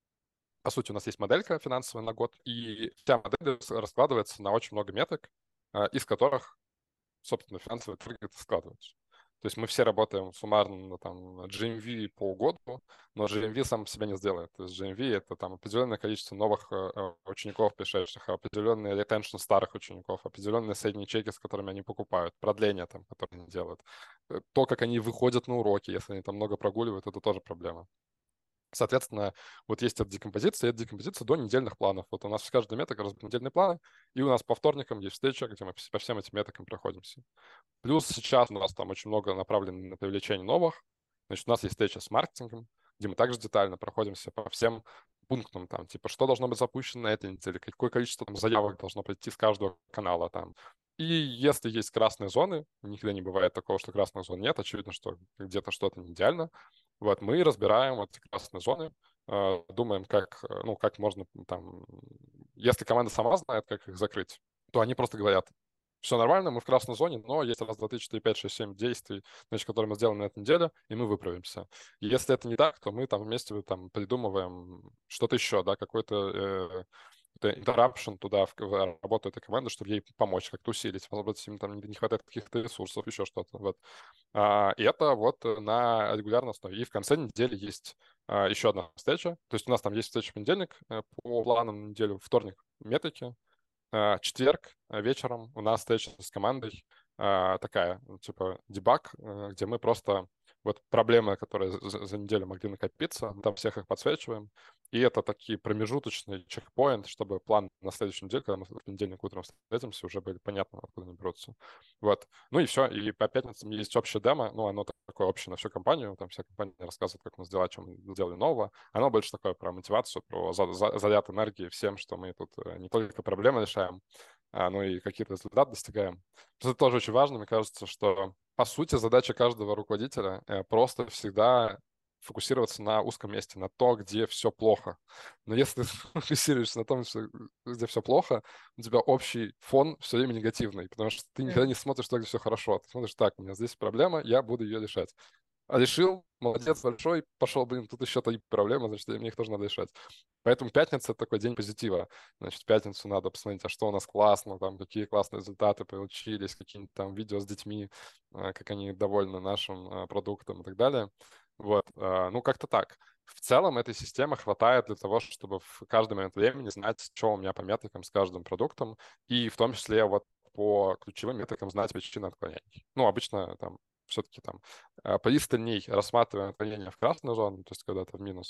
по сути, у нас есть моделька финансовая на год, и вся модель раскладывается на очень много метрик, э, из которых, собственно, финансовые таргеты складываются. То есть мы все работаем суммарно на там, джи эм ви по году, но джи эм ви сам себя не сделает. То есть джи эм ви — это там определенное количество новых э, э, учеников, пришедших, определенный ретеншн старых учеников, определенные средние чеки, с которыми они покупают, продления, там, которые они делают. Э, То, как они выходят на уроки, если они там много прогуливают, это тоже проблема. Соответственно, вот есть эта декомпозиция, и эта декомпозиция до недельных планов. Вот у нас в каждой метрике разбит недельные планы, и у нас по вторникам есть встреча, где мы по всем этим метрикам проходимся. Плюс сейчас у нас там очень много направлено на привлечение новых. Значит, у нас есть встреча с маркетингом, где мы также детально проходимся по всем пунктам, там, типа, что должно быть запущено на этой неделе, какое количество там, заявок должно прийти с каждого канала, там. И если есть красные зоны, никогда не бывает такого, что красных зон нет, очевидно, что где-то что-то не идеально, вот, мы разбираем вот эти красные зоны, э, думаем, как, э, ну, как можно там, если команда сама знает, как их закрыть, то они просто говорят: все нормально, мы в красной зоне, но есть раз, два, три, четыре, пять, шесть, семь действий, значит, которые мы сделаем на этой неделе, и мы выправимся. И если это не так, то мы там вместе там придумываем что-то еще, да, какой-то э, какой-то interruption туда в, в работу этой команды, чтобы ей помочь, как-то усилить. Может быть, им там не, не хватает каких-то ресурсов, еще что-то. Вот. А, и это вот на регулярной основе. И в конце недели есть а, еще одна встреча. То есть у нас там есть встреча в понедельник э, по планам на неделю, вторник метрики, а, четверг а, вечером у нас встреча с командой а, такая, ну, типа дебаг, э, где мы просто вот проблемы, которые за, за неделю могли накопиться, мы там всех их подсвечиваем. И это такие промежуточные чекпоинты, чтобы план на следующую неделю, когда мы в понедельник утром встретимся, уже были понятно, откуда они берутся. Вот. Ну и все. И по пятницам есть общее демо, ну, оно такое общее на всю компанию, там вся компания рассказывает, как мы сделали, что мы сделали нового. Оно больше такое про мотивацию, про за- за- заряд энергии всем, что мы тут э, не только проблемы решаем, а, но и какие-то результаты достигаем. Это тоже очень важно, мне кажется, что, по сути, задача каждого руководителя э, просто всегда фокусироваться на узком месте, на то, где все плохо. Но если ты фокусируешься на том, что, где все плохо, у тебя общий фон все время негативный, потому что ты никогда Да. не смотришь то, где все хорошо. Ты смотришь: так, у меня здесь проблема, я буду ее решать. А решил, молодец, большой, пошел, блин, тут еще три проблемы, значит, мне их тоже надо решать. Поэтому пятница — это такой день позитива. Значит, в пятницу надо посмотреть, а что у нас классно, там, какие классные результаты получились, какие-нибудь там видео с детьми, а, как они довольны нашим а, продуктом и так далее. Вот, а, ну, как-то так. В целом этой системы хватает для того, чтобы в каждый момент времени знать, что у меня по метрикам с каждым продуктом, и в том числе вот по ключевым метрикам знать причины отклонений. Ну, обычно там все-таки там а, пристальней рассматриваем отклонение в красную зону, то есть когда-то в минус.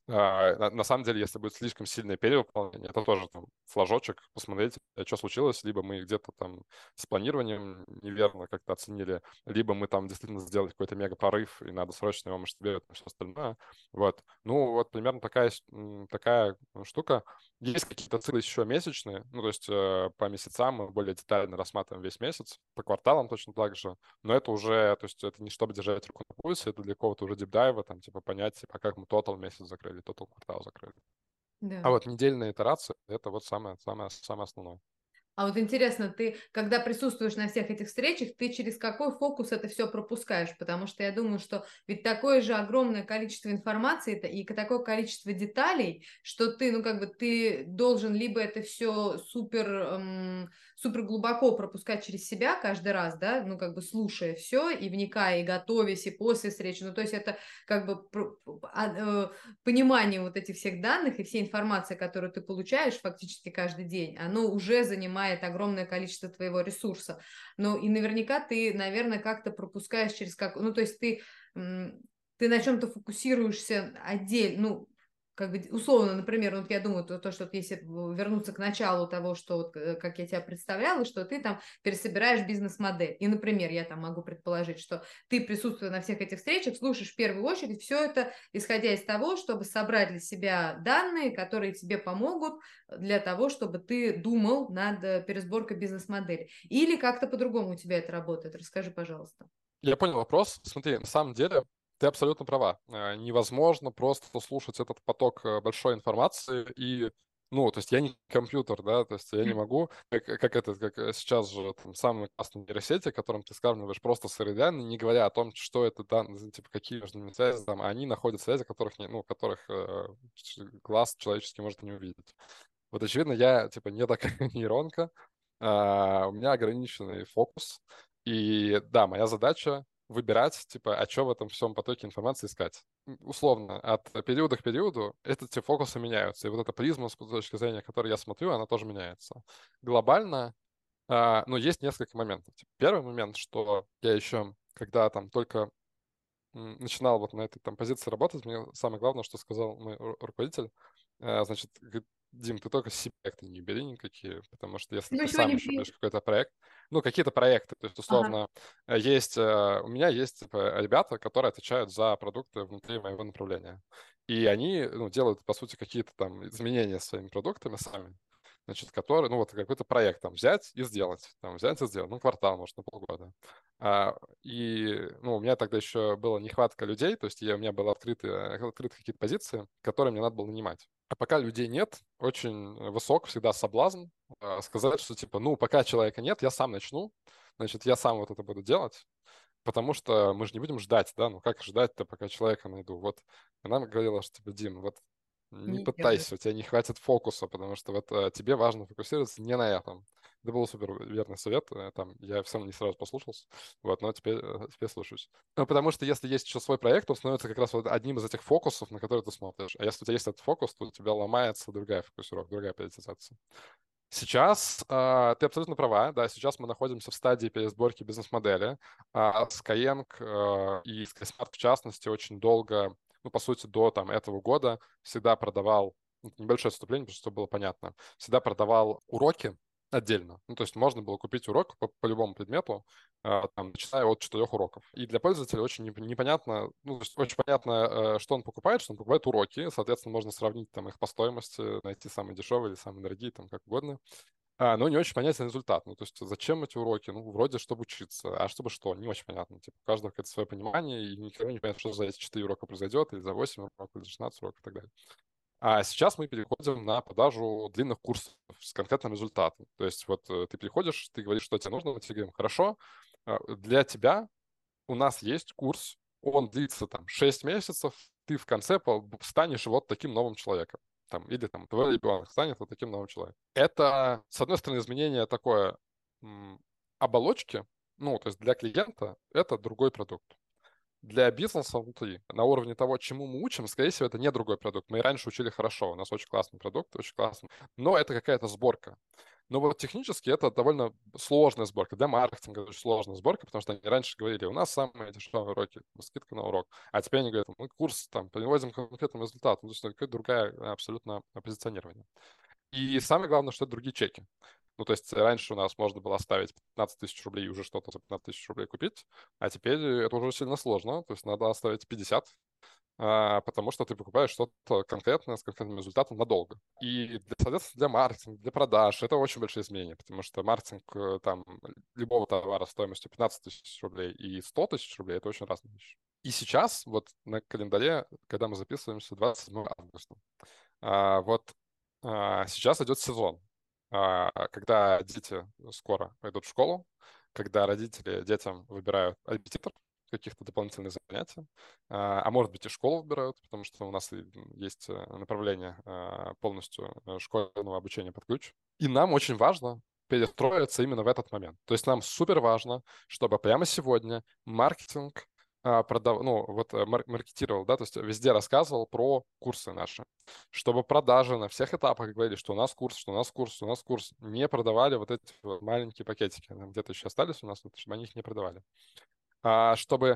А, На, на самом деле, если будет слишком сильное перевыполнение, это тоже там флажочек, посмотреть, а что случилось, либо мы где-то там с планированием неверно как-то оценили, либо мы там действительно сделали какой-то мега прорыв, и надо срочно его масштабировать на все остальное. Вот. Ну, вот примерно такая, с- м, такая штука. Есть какие-то циклы еще месячные, ну, то есть э, по месяцам мы более детально рассматриваем весь месяц, по кварталам точно так же, но это уже, то есть это не чтобы держать руку на пульсе, это для какого-то уже дипдайва, там, типа, понять, типа, как мы тотал месяц закрыли, тотал квартал закрыли. А Да. вот недельная итерация — это вот самое, самое, самое основное. А вот интересно, ты, когда присутствуешь на всех этих встречах, ты через какой фокус это все пропускаешь? Потому что я думаю, что ведь такое же огромное количество информации это и такое количество деталей, что ты, ну как бы ты должен либо это все супер, эм, супер глубоко пропускать через себя каждый раз, да, ну как бы слушая все и вникая, и готовясь, и после встречи. Ну то есть это как бы про- а, э, понимание вот этих всех данных и всей информации, которую ты получаешь фактически каждый день, оно уже занимает огромное количество твоего ресурса. Ну и наверняка ты, наверное, как-то пропускаешь через как... Ну то есть ты, ты на чем-то фокусируешься отдельно, ну, как бы условно, например, вот я думаю, то, то что вот если вернуться к началу того, что вот, э, как я тебя представляла, что ты там пересобираешь бизнес-модель. И, например, я там могу предположить, что ты, присутствуя на всех этих встречах, слушаешь в первую очередь все это, исходя из того, чтобы собрать для себя данные, которые тебе помогут для того, чтобы ты думал над э, пересборкой бизнес-модели. Или как-то по-другому у тебя это работает? Расскажи, пожалуйста. Я понял вопрос. Смотри, на самом деле ты абсолютно права. Э, Невозможно просто слушать этот поток э, большой информации и, ну, то есть я не компьютер, да, то есть я не могу, как, как это, как э, сейчас же там самые классные нейросети, которым ты скармливаешь просто сырые данные, не говоря о том, что это данные, типа какие между ними связи, там, а они находят связи, которых, не, ну, которых э, ч- глаз человеческий может и не увидеть. Вот, очевидно, я, типа, не такая нейронка, а, у меня ограниченный фокус, и да, моя задача выбирать, типа, а что в этом всем потоке информации искать. М, Условно, от периода к периоду эти фокусы меняются, и вот эта призма, с точки зрения которой я смотрю, она тоже меняется. Глобально, а, ну, есть несколько моментов. Типа, первый момент, что я еще, когда там только м, начинал вот на этой там позиции работать, мне самое главное, что сказал мой ру- руководитель, э, значит, говорит, Дим, ты только себе проекты не бери никакие, потому что если Ну, ты сам сегодня... еще будешь какой-то проект, ну, какие-то проекты, то есть, Ага. условно, э, есть, э, у меня есть типа, ребята, которые отвечают за продукты внутри моего направления. И они, ну, делают, по сути, какие-то там изменения своими продуктами сами, значит, которые, ну, вот какой-то проект там взять и сделать, там взять и сделать, ну, квартал, может, на полгода. А, и, ну, у меня тогда еще была нехватка людей, то есть я, у меня были открыты, открыты какие-то позиции, которые мне надо было нанимать. А пока людей нет, очень высок всегда соблазн а, сказать, что типа, ну, пока человека нет, я сам начну, значит, я сам вот это буду делать, потому что мы же не будем ждать, да, ну как ждать-то, пока человека найду. Вот она говорила, что типа, Дим, вот не Не делай. пытайся, у тебя не хватит фокуса, потому что вот э, тебе важно фокусироваться не на этом. Это был супер верный совет, э, там, я все равно не сразу послушался, вот, но теперь, э, теперь слушаюсь. Ну, потому что если есть еще свой проект, он становится как раз вот одним из этих фокусов, на который ты смотришь. А если у тебя есть этот фокус, то у тебя ломается другая фокусировка, другая приоритизация. Сейчас э, ты абсолютно права, да, сейчас мы находимся в стадии пересборки бизнес-модели. А Skyeng э, и SkySmart, в частности, очень долго, ну, по сути, до там, этого года всегда продавал, ну, небольшое отступление, потому что было понятно, всегда продавал уроки отдельно. Ну, то есть можно было купить урок по, по любому предмету, э, там, начиная от четырех уроков. И для пользователя очень неп- непонятно, ну, то есть очень понятно, э, что он покупает, что он покупает уроки, соответственно, можно сравнить там их по стоимости, найти самые дешевые или самые дорогие, там, как угодно. А, но не очень понятен результат. Ну, то есть зачем эти уроки? Ну, вроде, чтобы учиться. А чтобы что? Не очень понятно. Типа, у каждого какое-то свое понимание, и никогда не понятно, что за эти четыре урока произойдет, или за восемь уроков, или за шестнадцать уроков и так далее. А сейчас мы переходим на продажу длинных курсов с конкретным результатом. То есть вот э, ты приходишь, ты говоришь, что тебе нужно, мы тебе говорим, хорошо, а, для тебя у нас есть курс, он длится там шесть месяцев, ты в конце по- станешь вот таким новым человеком. Там, или там твой ребенок станет вот таким новым человеком. Это, с одной стороны, изменение такое м, оболочки, ну, то есть для клиента это другой продукт. Для бизнеса внутри, на уровне того, чему мы учим, скорее всего, это не другой продукт. Мы и раньше учили хорошо, у нас очень классный продукт, очень классный, но это какая-то сборка. Но вот технически это довольно сложная сборка. Для маркетинга очень сложная сборка, потому что они раньше говорили, у нас самые дешевые уроки, скидка на урок. А теперь они говорят, мы курс там приводим к конкретному результату. Ну, то есть это какое-то другое абсолютно позиционирование. И самое главное, что это другие чеки. Ну, то есть раньше у нас можно было оставить пятнадцать тысяч рублей и уже что-то за пятнадцать тысяч рублей купить, а теперь это уже сильно сложно. То есть надо оставить пятьдесят, а, потому что ты покупаешь что-то конкретное с конкретным результатом надолго. И, для, соответственно, для маркетинга, для продаж это очень большие изменения, потому что маркетинг э, там любого товара стоимостью пятнадцать тысяч рублей и сто тысяч рублей — это очень разные вещи. И сейчас, вот на календаре, когда мы записываемся двадцать седьмого августа, а, вот а, сейчас идет сезон, а, когда дети скоро пойдут в школу, когда родители детям выбирают репетитор, каких-то дополнительных занятий, а, а может быть и школу выбирают, потому что у нас и есть э, направление а, полностью э, школьного обучения под ключ. И нам очень важно перестроиться именно в этот момент. То есть нам супер важно, чтобы прямо сегодня маркетинг а, продав... ну, вот э, мар- маркетировал, да, то есть везде рассказывал про курсы наши, чтобы продажи на всех этапах говорили, что у нас курс, что у нас курс, что у нас курс, не продавали вот эти вот маленькие пакетики, там где-то еще остались у нас, вот, чтобы они их не продавали. А чтобы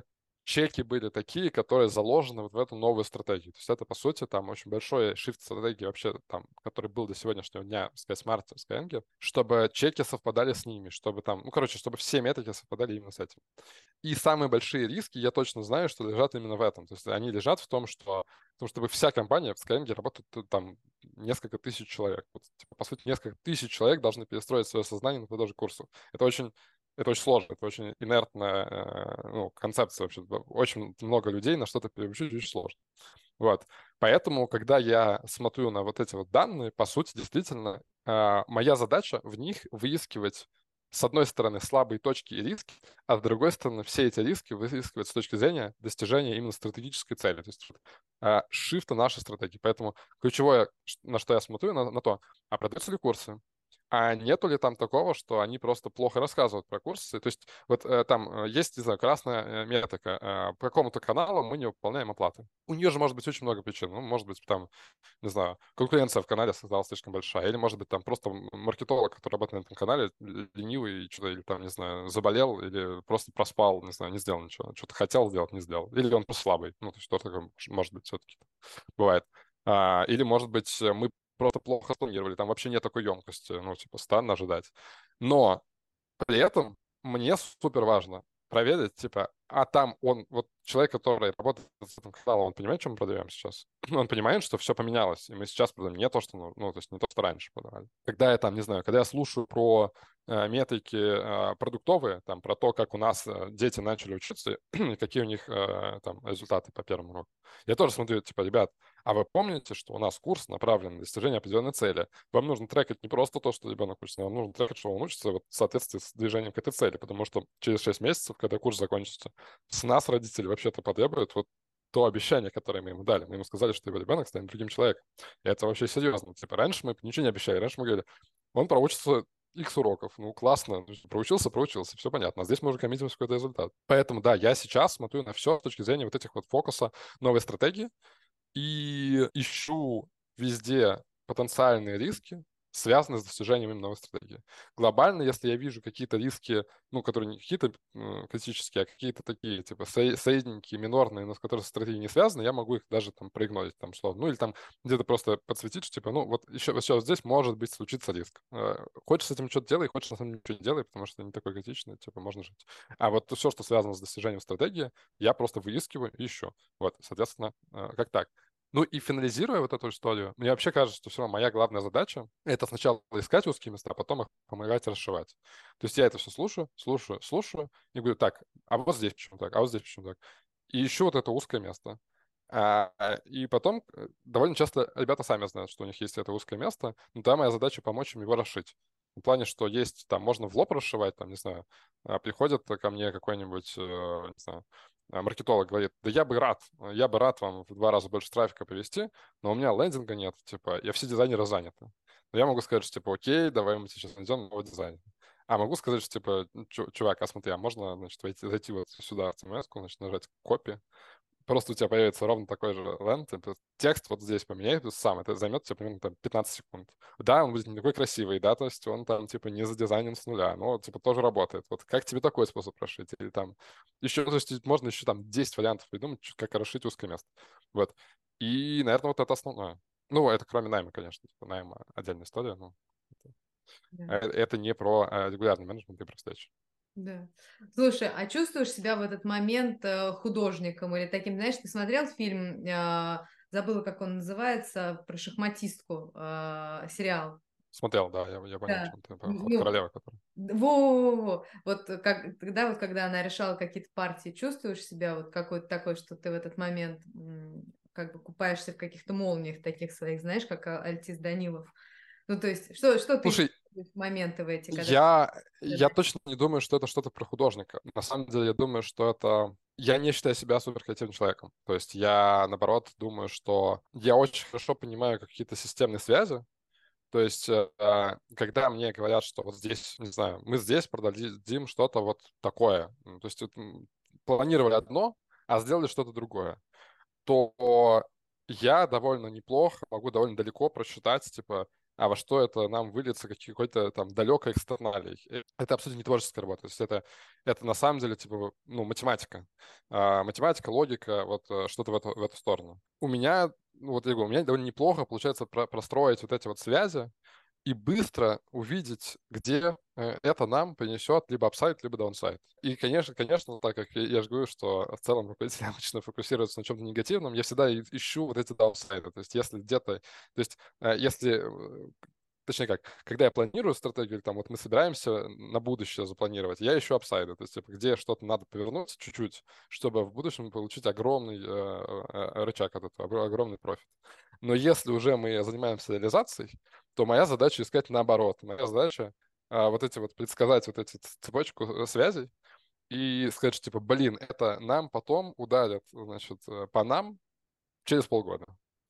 чеки были такие, которые заложены вот в эту новую стратегию. То есть это, по сути, там очень большой шифт стратегии вообще, там, который был до сегодняшнего дня в SkySmart, в Skyeng, чтобы чеки совпадали с ними, чтобы там, ну, короче, чтобы все метрики совпадали именно с этим. И самые большие риски, я точно знаю, что лежат именно в этом. То есть они лежат в том, что, потому что вся компания в Skyeng работает э, там несколько тысяч человек. Вот, типа, по сути, несколько тысяч человек должны перестроить свое сознание на продаже курсов. Это очень это очень сложно, это очень инертная э, ну, концепция вообще. Очень много людей на что-то переучить очень сложно. Вот. Поэтому, когда я смотрю на вот эти вот данные, по сути, действительно, э, моя задача в них выискивать, с одной стороны, слабые точки и риски, а с другой стороны, все эти риски выискивать с точки зрения достижения именно стратегической цели, то есть э, шифта нашей стратегии. Поэтому ключевое, на что я смотрю, на, на то, а продаются ли курсы, а нету ли там такого, что они просто плохо рассказывают про курсы? То есть вот э, там э, есть, не знаю, красная э, метрика. Э, по какому-то каналу мы не выполняем оплаты. У нее же может быть очень много причин. Ну, может быть, там, не знаю, конкуренция в канале оказалась слишком большая. Или, может быть, там просто маркетолог, который работает на этом канале, ленивый, что-то, или там, не знаю, заболел, или просто проспал, не знаю, не сделал ничего. Что-то хотел сделать, не сделал. Или он просто слабый. Ну, то есть что такое может быть все-таки бывает. А, или, может быть, мы просто плохо спланировали, там вообще нет такой емкости, ну, типа, странно ожидать. Но при этом мне супер важно проверить, типа, а там он, вот человек, который работает с этим каналом, он понимает, чем мы продаем сейчас? Он понимает, что все поменялось, и мы сейчас продаем не то, что, ну, ну, то есть не то, что раньше продавали. Когда я там, не знаю, когда я слушаю про э, метрики э, продуктовые, там, про то, как у нас э, дети начали учиться, и какие у них э, там результаты по первому уроку, я тоже смотрю, типа, ребят, а вы помните, что у нас курс направлен на достижение определенной цели? Вам нужно трекать не просто то, что ребенок учится, вам нужно трекать, что он учится вот, в соответствии с движением к этой цели, потому что через шесть месяцев, когда курс закончится, с нас родители вообще-то потребуют вот то обещание, которое мы ему дали. Мы ему сказали, что его ребенок станет другим человеком. И это вообще серьезно. Типа раньше мы ничего не обещали. Раньше мы говорили, он проучится икс уроков. Ну, классно. Проучился, проучился. Все понятно. А здесь мы уже коммитимся в какой-то результат. Поэтому, да, я сейчас смотрю на все с точки зрения вот этих вот фокуса новой стратегии и ищу везде потенциальные риски, связанные с достижением именно новой стратегии. Глобально, если я вижу какие-то риски, ну, которые не какие-то э, критические, а какие-то такие, типа, средненькие, минорные, но с которыми стратегией не связаны, я могу их даже там проигнорить, там, словно. Ну, или там где-то просто подсветить, что, типа, ну, вот еще, еще вот здесь может быть случится риск. Э, хочешь с этим что-то делай, хочешь на самом деле ничего не делай, потому что это не такое критичное, типа, можно жить. А вот все, что связано с достижением стратегии, я просто выискиваю и ищу. Вот, соответственно, э, как так. Ну и финализируя вот эту историю, мне вообще кажется, что все равно моя главная задача — это сначала искать узкие места, а потом их помогать расшивать. То есть я это все слушаю, слушаю, слушаю и говорю, так, а вот здесь почему так, а вот здесь почему так. И ищу вот это узкое место. А, а, и потом э, довольно часто ребята сами знают, что у них есть это узкое место, но там моя задача помочь им его расшить. В плане, что есть, там, можно в лоб расшивать, там, не знаю, а, приходит ко мне какой-нибудь, э, не знаю, а, маркетолог говорит, да я бы рад, я бы рад вам в два раза больше трафика привести, но у меня лендинга нет, типа, я все дизайнеры заняты. Но я могу сказать, что, типа, окей, давай мы сейчас найдем нового дизайнера. А могу сказать, что, типа, чувак, а смотри, а можно, значит, войти, зайти вот сюда, в си эм эс, значит, нажать копи, просто у тебя появится ровно такой же ленд, текст вот здесь поменяй сам, это займет тебе примерно там, пятнадцать секунд. Да, он будет не такой красивый, да, то есть он там типа не задизайнен с нуля, но типа тоже работает. Вот как тебе такой способ расшить? Или там еще, то есть можно еще там десять вариантов придумать, как расшить узкое место. Вот. И, наверное, вот это основное. Ну, это кроме найма, конечно. Типа, найма отдельная история, но это, Да. э, это не про э, регулярный менеджмент и про встречи. Да. Слушай, а чувствуешь себя в этот момент э, художником или таким, знаешь, ты смотрел фильм, э, забыла, как он называется, про шахматистку, э, сериал? Смотрел, да, я, я понял, о Да. чем ты. Про ход Ну, королевы, который. во-во-во. Вот как, тогда вот, когда она решала какие-то партии, чувствуешь себя вот какой-то такой, что ты в этот момент м, как бы купаешься в каких-то молниях таких своих, знаешь, как а- альтист Данилов. Ну, то есть, что, что ты Слушай, испытываешь в моменты в эти, когда ты Я, я задаешь? точно не думаю, что это что-то про художника. На самом деле, я думаю, что это... Я не считаю себя суперкреативным человеком. То есть я, наоборот, думаю, что я очень хорошо понимаю какие-то системные связи. То есть э, а, когда мне говорят, что вот здесь, не знаю, мы здесь продадим что-то вот такое. Ну, то есть вот, м, планировали одно, а сделали что-то другое, то я довольно неплохо могу довольно далеко просчитать, типа, а во что это нам выльется какой-то там далекой экстерналей. это абсолютно не творческая работа. То есть это, это на самом деле типа, ну, математика. А, математика, логика, вот э, что-то в эту, в эту сторону. У меня, ну, вот я говорю, у меня довольно неплохо получается про- простроить вот эти вот связи и быстро увидеть, где э, это нам принесет либо апсайд, либо даунсайд. И, конечно, конечно, так как я, я же говорю, что в целом руководители обычно фокусируются на чем-то негативном, я всегда и- ищу вот эти даунсайды. То есть если где-то, то есть э, если э, точнее как, когда я планирую стратегию, или там вот мы собираемся на будущее запланировать, я ищу апсайды, то есть типа, где что-то надо повернуть чуть-чуть, чтобы в будущем получить огромный э, э, рычаг от этого, огр- огромный профит. Но если уже мы занимаемся реализацией, то моя задача искать наоборот. Моя задача а, вот эти вот предсказать вот эти ц- цепочку э, связей и сказать, что типа, блин, это нам потом ударит, значит, э, по нам через полгода.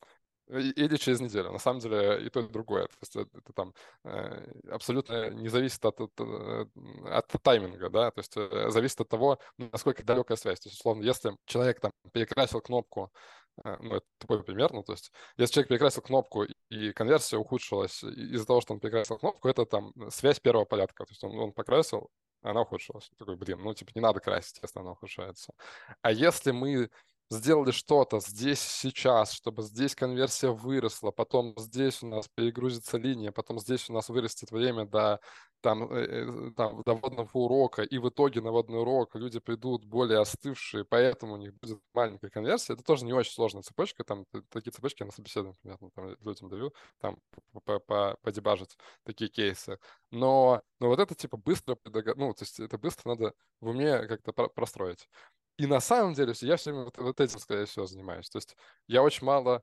И- Или через неделю. На самом деле и то, и другое. То есть это, это там э, абсолютно не зависит от, от, э, от тайминга, да, то есть э, зависит от того, ну, насколько далекая связь. То есть, условно, если человек там перекрасил кнопку, э, ну, это тупой пример, ну, то есть если человек перекрасил кнопку и конверсия ухудшилась из-за того, что он перекрасил кнопку, это там связь первого порядка. То есть он, он покрасил, она ухудшилась. Такой, блин, ну, типа, не надо красить, если она ухудшается. А если мы сделали что-то здесь сейчас, чтобы здесь конверсия выросла, потом здесь у нас перегрузится линия, потом здесь у нас вырастет время до, там, э, э, там, до вводного урока, и в итоге на вводный урок люди придут более остывшие, поэтому у них будет маленькая конверсия. Это тоже не очень сложная цепочка, там т- такие цепочки я на собеседовании, понятно, там людям даю, там по- по- подебажить такие кейсы. Но, но вот это типа быстро, предога- ну, то есть это быстро надо в уме как-то про- простроить. И на самом деле я все время вот, вот этим, скорее всего, занимаюсь. То есть я очень мало,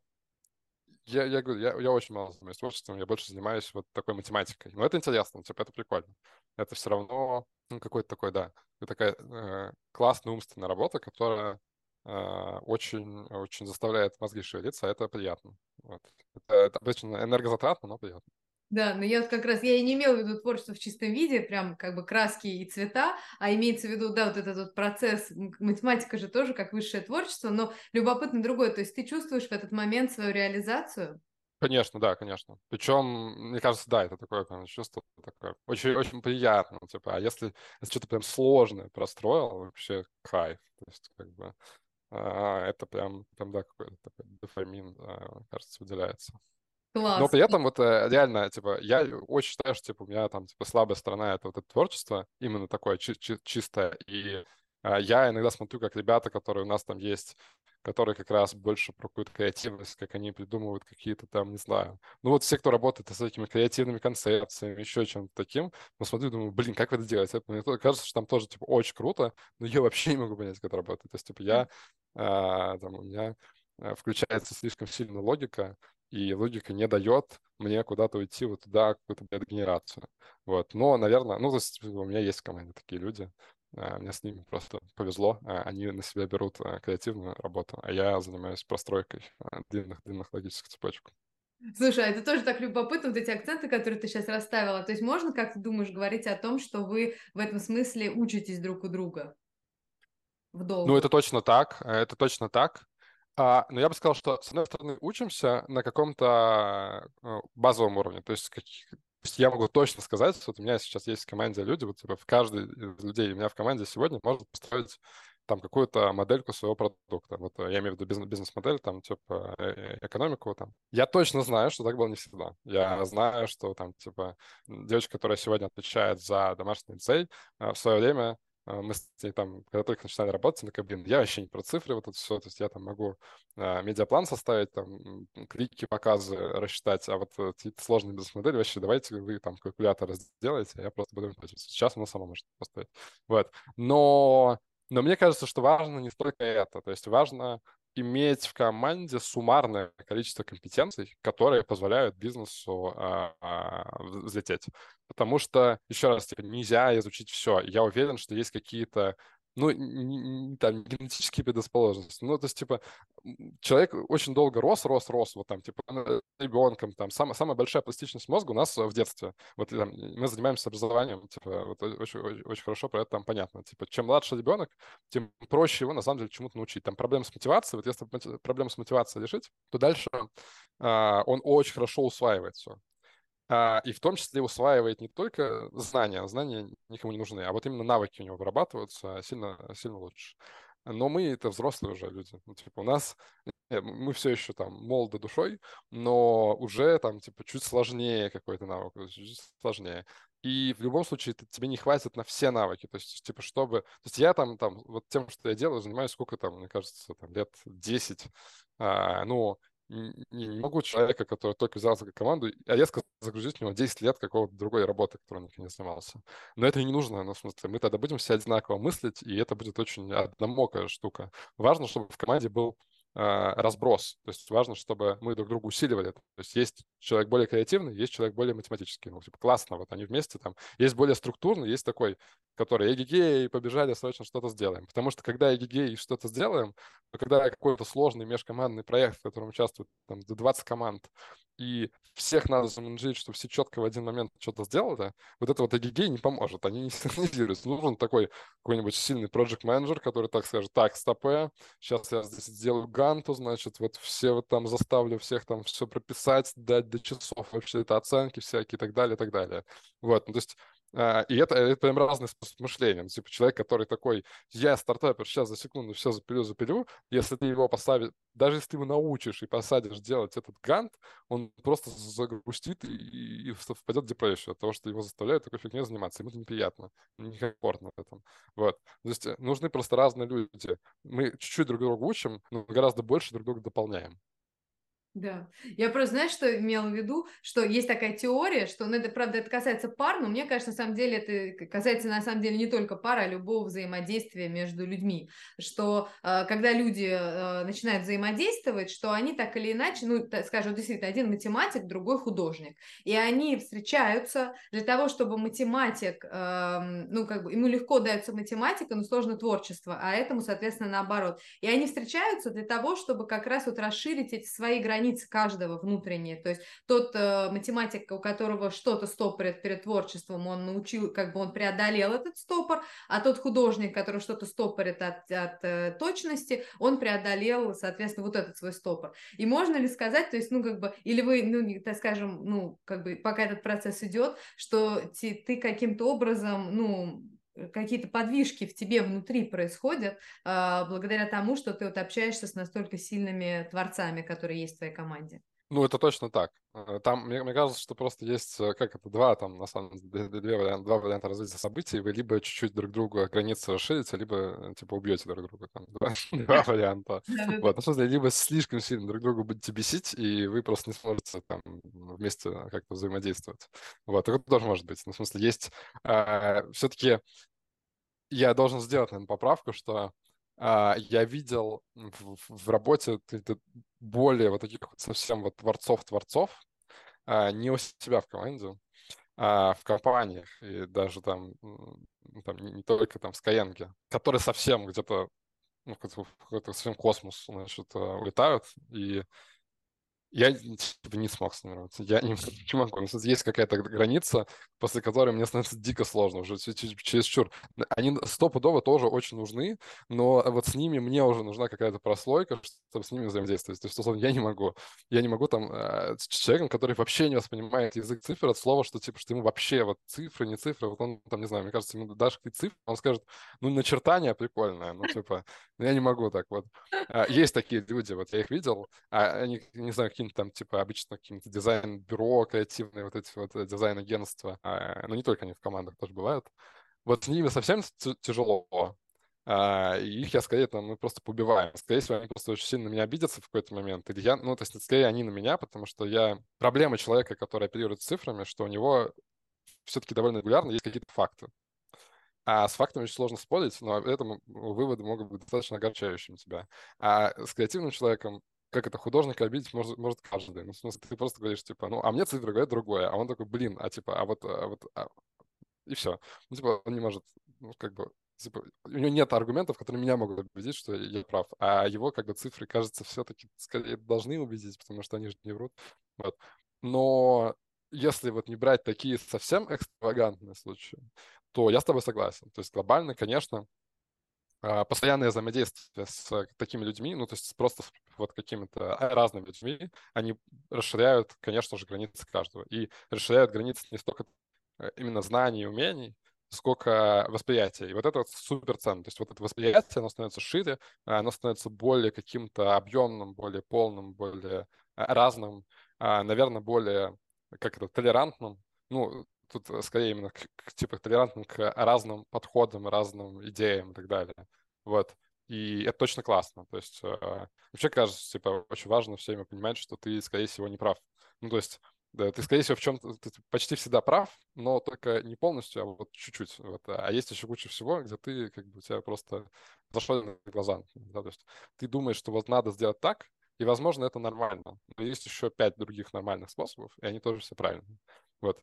я, я говорю, я, я очень мало занимаюсь творчеством, я больше занимаюсь вот такой математикой. Но это интересно, типа это прикольно. Это все равно ну, какой-то такой, да, такая э, классная умственная работа, которая э, очень, очень заставляет мозги шевелиться, а это приятно. Вот. Это, это обычно энергозатратно, но приятно. Да, но я вот как раз, я и не имела в виду творчество в чистом виде, прям как бы краски и цвета, а имеется в виду, да, вот этот вот процесс, м, математика же тоже как высшее творчество, но любопытно другое, то есть ты чувствуешь в этот момент свою реализацию? Конечно, да, конечно. Причем, мне кажется, да, это такое прям чувство такое очень, очень приятно. Типа, а если, если что-то прям сложное простроил, вообще кайф. То есть, как бы, а, это прям, прям, да, какой-то такой дофамин, а, кажется, выделяется. Но Класс. при этом вот э, реально, типа, я очень считаю, что, типа, у меня там, типа, слабая сторона — это вот это творчество, именно такое чи- чи- чистое. И а, я иногда смотрю, как ребята, которые у нас там есть, которые как раз больше про какую-то креативность, как они придумывают какие-то там, не знаю. Ну вот все, кто работает с этими креативными концепциями, еще чем-то таким, ну смотрю, думаю, блин, как вы это делаете? Это, мне то- кажется, что там тоже, типа, очень круто, но я вообще не могу понять, как это работает. То есть, типа, я, а, там, у меня а, включается слишком сильно логика, и логика не дает мне куда-то уйти вот туда, какую-то генерацию. Вот. Но, наверное, ну, то есть у меня есть в команде такие люди, а, мне с ними просто повезло, а, они на себя берут а, креативную работу, а я занимаюсь простройкой а, длинных-длинных логических цепочек. Слушай, а это тоже так любопытно, вот эти акценты, которые ты сейчас расставила. То есть можно, как ты думаешь, говорить о том, что вы в этом смысле учитесь друг у друга в Ну, долгую? это точно так, э, это точно так. А, но я бы сказал, что, с одной стороны, учимся на каком-то э, базовом уровне. То есть, каких- то есть я могу точно сказать, что вот у меня сейчас есть в команде люди, вот типа в каждой из людей у меня в команде сегодня может построить там какую-то модельку своего продукта. Вот э, я имею в виду бизнес- бизнес-модель, там, типа, э, э, экономику там. Я точно знаю, что так было не всегда. Я знаю, что там, типа, девочка, которая сегодня отвечает за домашний лицей, э, в свое время а, мы с ней там, когда только начинали работать, она такая, блин, я вообще не про цифры, вот это все, то есть я там могу а, медиаплан составить, там, м, клики, показы рассчитать, а вот э, какие-то сложные бизнес-модели вообще давайте вы там калькулятор сделаете, а я просто буду им пользоваться. Сейчас она сама может поставить. Вот. Но, но мне кажется, что важно не столько это, то есть важно иметь в команде суммарное количество компетенций, которые позволяют бизнесу а, а, взлететь. Потому что, еще раз, типа, нельзя изучить все. Я уверен, что есть какие-то, ну, н- н- там, генетические предрасположенности. Ну, то есть, типа, м, человек очень долго рос, рос, рос, вот там, типа, э, ребенком, там, самая, самая большая пластичность мозга у нас в детстве. Вот там, мы занимаемся образованием, типа, вот о- очень, очень, очень хорошо про это там понятно. Типа, чем младше ребенок, тем проще его, на самом деле, чему-то научить. Там проблем с мотивацией, вот если мати- проблему с мотивацией решить, то дальше а, он очень хорошо усваивает все. А, и в том числе усваивает не только знания, знания никому не нужны, а вот именно навыки у него вырабатываются сильно, сильно лучше. Но мы это взрослые уже люди. Ну, типа, у нас э, мы все еще там молоды душой, но уже там типа чуть сложнее какой-то навык, то есть чуть сложнее. И в любом случае это тебе не хватит на все навыки. То есть, типа, чтобы... То есть я там, там, вот тем, что я делаю, занимаюсь сколько там, мне кажется, там, лет десять. А, ну, н- не, не могу человека, который только взялся как команду, а резко загрузить в него десять лет какого-то другой работы, которой он никогда не занимался. Но это и не нужно, ну, в смысле, мы тогда будем все одинаково мыслить, и это будет очень одномокая штука. Важно, чтобы в команде был а, разброс. То есть важно, чтобы мы друг друга усиливали. То есть есть человек более креативный, есть человек более математический. Ну, типа, классно, вот они вместе там. Есть более структурный, есть такой, который эгегей, побежали, срочно что-то сделаем. Потому что когда эгегей что-то сделаем, то когда какой-то сложный межкомандный проект, в котором участвует там, до двадцать команд, и всех надо заменеджерить, чтобы все четко в один момент что-то сделали, вот это вот эгегей не поможет, они не синхронизируются. Нужен такой какой-нибудь сильный project менеджер, который так скажет: так, стопэ, сейчас я здесь сделаю ганту, значит, вот все вот там заставлю всех там все прописать, дать до часов, вообще это оценки всякие и так далее, и так далее. Вот, ну, то есть а, и это, это прям разный способ мышления. Ну, типа человек, который такой: я стартапер, сейчас за секунду все запилю, запилю. Если ты его поставишь, даже если ты его научишь и посадишь делать этот гант, он просто загрустит и, и впадет в депрессию от того, что его заставляют такой фигней заниматься. Ему это неприятно, некомфортно в этом. Вот. То есть э, нужны просто разные люди. Мы чуть-чуть друг друга учим, но гораздо больше друг друга дополняем. Да. Я просто, знаешь, что имела в виду, что есть такая теория, что, ну, это, правда, это касается пар, но мне кажется, на самом деле, это касается, на самом деле, не только пар, а любого взаимодействия между людьми, что э, когда люди э, начинают взаимодействовать, что они так или иначе, ну, так скажем, действительно, один математик, другой художник, и они встречаются для того, чтобы математик, э, ну, как бы, ему легко дается математика, но сложно творчество, а этому, соответственно, наоборот. И они встречаются для того, чтобы как раз вот расширить эти свои границы каждого внутренние. То есть тот э, математик, у которого что-то стопорит перед творчеством, он научил, как бы он преодолел этот стопор, а тот художник, который что-то стопорит от, от э, точности, он преодолел, соответственно, вот этот свой стопор. И можно ли сказать, то есть, ну, как бы, или вы, ну, так скажем, ну, как бы, пока этот процесс идет, что ты, ты каким-то образом, ну, какие-то подвижки в тебе внутри происходят, а, благодаря тому, что ты вот общаешься с настолько сильными творцами, которые есть в твоей команде. Ну, это точно так. Э, Там, мне, мне кажется, что просто есть, э, как это, два, там, на самом деле, две, две варианта, два варианта развития событий. Вы либо чуть-чуть друг другу границы расширите, либо, э, типа, убьете друг друга. Там, два, два варианта. Да-да-да. Вот, ну, в смысле, либо слишком сильно друг друга будете бесить, и вы просто не сможете там вместе как-то взаимодействовать. Вот, такое тоже может быть. Ну, в смысле, есть все-таки я должен сделать, наверное, поправку, что а, я видел в, в- в работе каких-то более вот таких вот совсем вот творцов-творцов, а, не у себя в команде, а в компаниях, и даже там, м, ну, там не, не только там в Skyeng, которые совсем где-то ну, в какой-то в какой-то совсем космос, значит, а, улетают, и я типа не смог с ними работать. Я не, не могу. Ну, есть какая-то граница, после которой мне становится дико сложно, уже чуть- чуть- чересчур. Они стопудово тоже очень нужны, но вот с ними мне уже нужна какая-то прослойка, чтобы с ними взаимодействовать. То есть, условно, я не могу. Я не могу там э, с человеком, который вообще не воспринимает язык цифр от слова, что типа, что ему вообще вот цифры, не цифры, вот он там, не знаю, мне кажется, ему дашь какие-то цифры, он скажет: ну, начертание прикольное, ну, типа, ну, я не могу так вот. А, Есть такие люди, вот я их видел, а они, не знаю, какие-нибудь там, типа, обычно какие-нибудь дизайн-бюро креативные, вот эти вот э, дизайн-агентства, а, но не только они в командах тоже бывают. Вот с ними совсем т- тяжело. А, и их я скорее там, мы просто побиваем. Скорее всего, они просто очень сильно на меня обидятся в какой-то момент. Или я, ну, то есть, скорее они на меня, потому что я... Проблема человека, который оперирует цифрами, что у него все-таки довольно регулярно есть какие-то факты. А с фактами очень сложно спорить, но при этом выводы могут быть достаточно огорчающими тебя. А с креативным человеком, как это, художника обидеть может, может каждый. Ну, в смысле, ты просто говоришь, типа, ну, а мне цифры говорят другое. А он такой: блин, а типа, а вот, а вот, а- и все. Ну, типа, он не может, ну, как бы, типа, у него нет аргументов, которые меня могут убедить, что я прав. А его, как бы, цифры, кажется, все-таки скорее должны убедить, потому что они же не врут. Вот. Но если вот не брать такие совсем экстравагантные случаи, то я с тобой согласен. То есть глобально, конечно, а, постоянное взаимодействие с э, такими людьми, ну, то есть просто с вот какими-то а, разными людьми, они расширяют, конечно же, границы каждого. И расширяют границы не столько э, именно знаний и умений, сколько восприятия. И вот это вот супер ценно. То есть вот это восприятие, оно становится шире, а, оно становится более каким-то объемным, более полным, более а, разным, а, наверное, более, как это, толерантным. Ну, тут э, скорее именно к, к, типа толерантным к разным подходам, разным идеям и так далее. Вот. И это точно классно. То есть э, вообще кажется, типа, очень важно все время понимать, что ты, скорее всего, не прав. Ну, то есть да, ты, скорее всего, в чем-то ты почти всегда прав, но только не полностью, а вот чуть-чуть. Вот. А есть еще куча всего, где ты, как бы, у тебя просто зашло на глаза. Да? То есть ты думаешь, что вот надо сделать так, и, возможно, это нормально. Но есть еще пять других нормальных способов, и они тоже все правильные. Вот.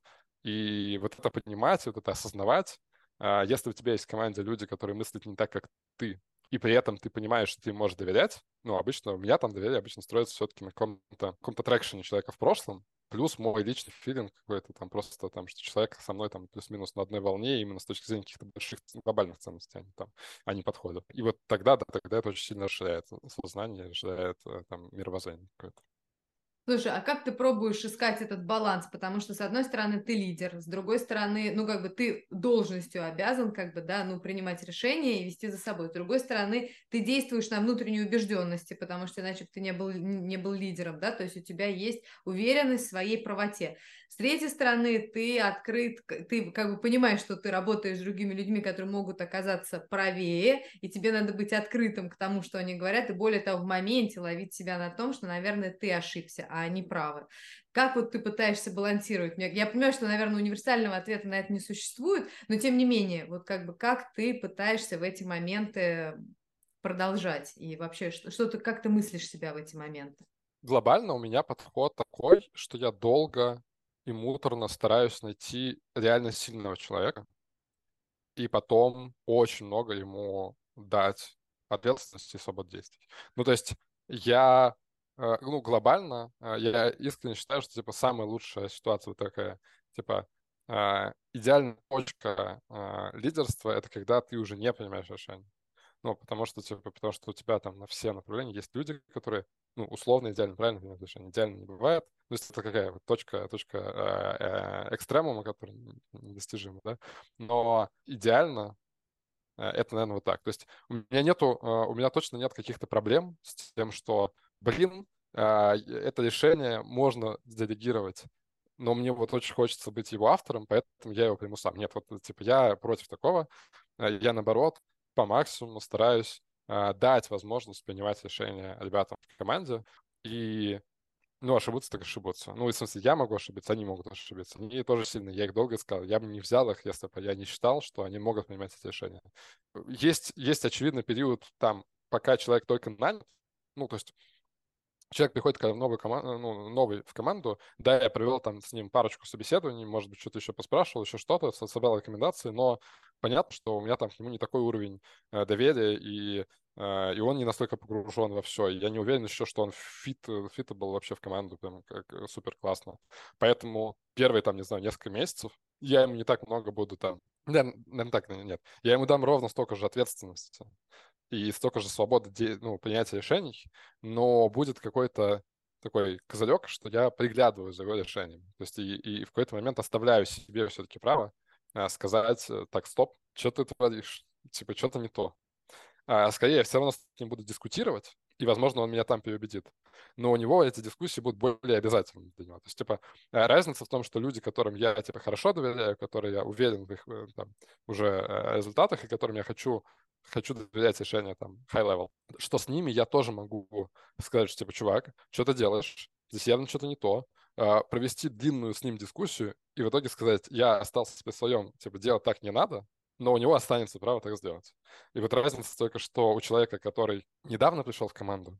И вот это понимать, вот это осознавать, а, если у тебя есть в команде люди, которые мыслят не так, как ты, и при этом ты понимаешь, что ты им можешь доверять, ну, обычно у меня там доверие обычно строится все-таки на каком-то, каком-то трекшене человека в прошлом, плюс мой личный филинг какой-то там просто там, что человек со мной там плюс-минус на одной волне именно с точки зрения каких-то больших глобальных ценностей, они там, они подходят. И вот тогда, да, тогда это очень сильно расширяет сознание, расширяет э, там мировоззрение какое-то. Слушай, а как ты пробуешь искать этот баланс? Потому что, с одной стороны, ты лидер, с другой стороны, ну, как бы ты должностью обязан, как бы, да, ну, принимать решения и вести за собой. С другой стороны, ты действуешь на внутренней убежденности, потому что иначе бы ты не был, не был лидером, да, то есть у тебя есть уверенность в своей правоте. С третьей стороны, ты открыт, ты как бы понимаешь, что ты работаешь с другими людьми, которые могут оказаться правее, и тебе надо быть открытым к тому, что они говорят, и более того, в моменте ловить себя на том, что, наверное, ты ошибся, а они правы. Как вот ты пытаешься балансировать? Я понимаю, что, наверное, универсального ответа на это не существует, но тем не менее, вот как бы как ты пытаешься в эти моменты продолжать? И вообще, что, что ты, как ты мыслишь себя в эти моменты? Глобально у меня подход такой, что я долго и муторно стараюсь найти реально сильного человека, и потом очень много ему дать ответственности и свободы действий. Ну, то есть я, э, ну, глобально, э, я искренне считаю, что, типа, самая лучшая ситуация вот такая, типа, э, идеальная точка э, лидерства — это когда ты уже не принимаешь решения. Ну, потому что, типа, потому что у тебя там на все направления есть люди, которые, ну, условно, идеально, правильно принимают решения. Идеально не бывает. То есть это какая вот точка, точка э, э, экстремума, которая недостижима, да? Но идеально э, это, наверное, вот так. То есть у меня нету, э, у меня точно нет каких-то проблем с тем, что, блин, э, это решение можно делегировать, но мне вот очень хочется быть его автором, поэтому я его приму сам. Нет, вот, типа, я против такого. Э, Я, наоборот, по максимуму стараюсь э, дать возможность принимать решения ребятам в команде. И, ну, ошибутся так ошибутся. Ну, и, в смысле, я могу ошибиться, они могут ошибиться. Они тоже сильные. Я их долго искал. Я бы не взял их, если бы я не считал, что они могут принимать эти решения. Есть, есть очевидный период там, пока человек только нанят. Ну, то есть человек приходит когда новый, коман... ну, новый в команду, да, я провел там с ним парочку собеседований, может быть, что-то еще поспрашивал, еще что-то, со- собрал рекомендации, но понятно, что у меня там к нему не такой уровень э, доверия, и, э, и он не настолько погружен во все. Я не уверен еще, что он фит, фит был вообще в команду, прям как э, супер классно. Поэтому первые, там, не знаю, несколько месяцев я ему не так много буду там... Да, наверное, так, наверное, нет. Я ему дам ровно столько же ответственности и столько же свободы де- ну, принятия решений, но будет какой-то такой козырек, что я приглядываю за его решением. То есть и, и в какой-то момент оставляю себе все-таки право а, сказать, э, так, стоп, что ты творишь? Типа, что-то не то. А, скорее, я все равно с ним буду дискутировать, и, возможно, он меня там переубедит. Но у него эти дискуссии будут более обязательными для него. То есть, типа, э, разница в том, что люди, которым я, типа, хорошо доверяю, которые я уверен в их э, там, уже э, результатах, и которым я хочу, хочу доверять решения там high level, что с ними я тоже могу сказать, что, типа, чувак, что ты делаешь? Здесь явно что-то не то. А, провести длинную с ним дискуссию и в итоге сказать, я остался при своем, типа, делать так не надо, но у него останется право так сделать. И вот разница только, что у человека, который недавно пришел в команду,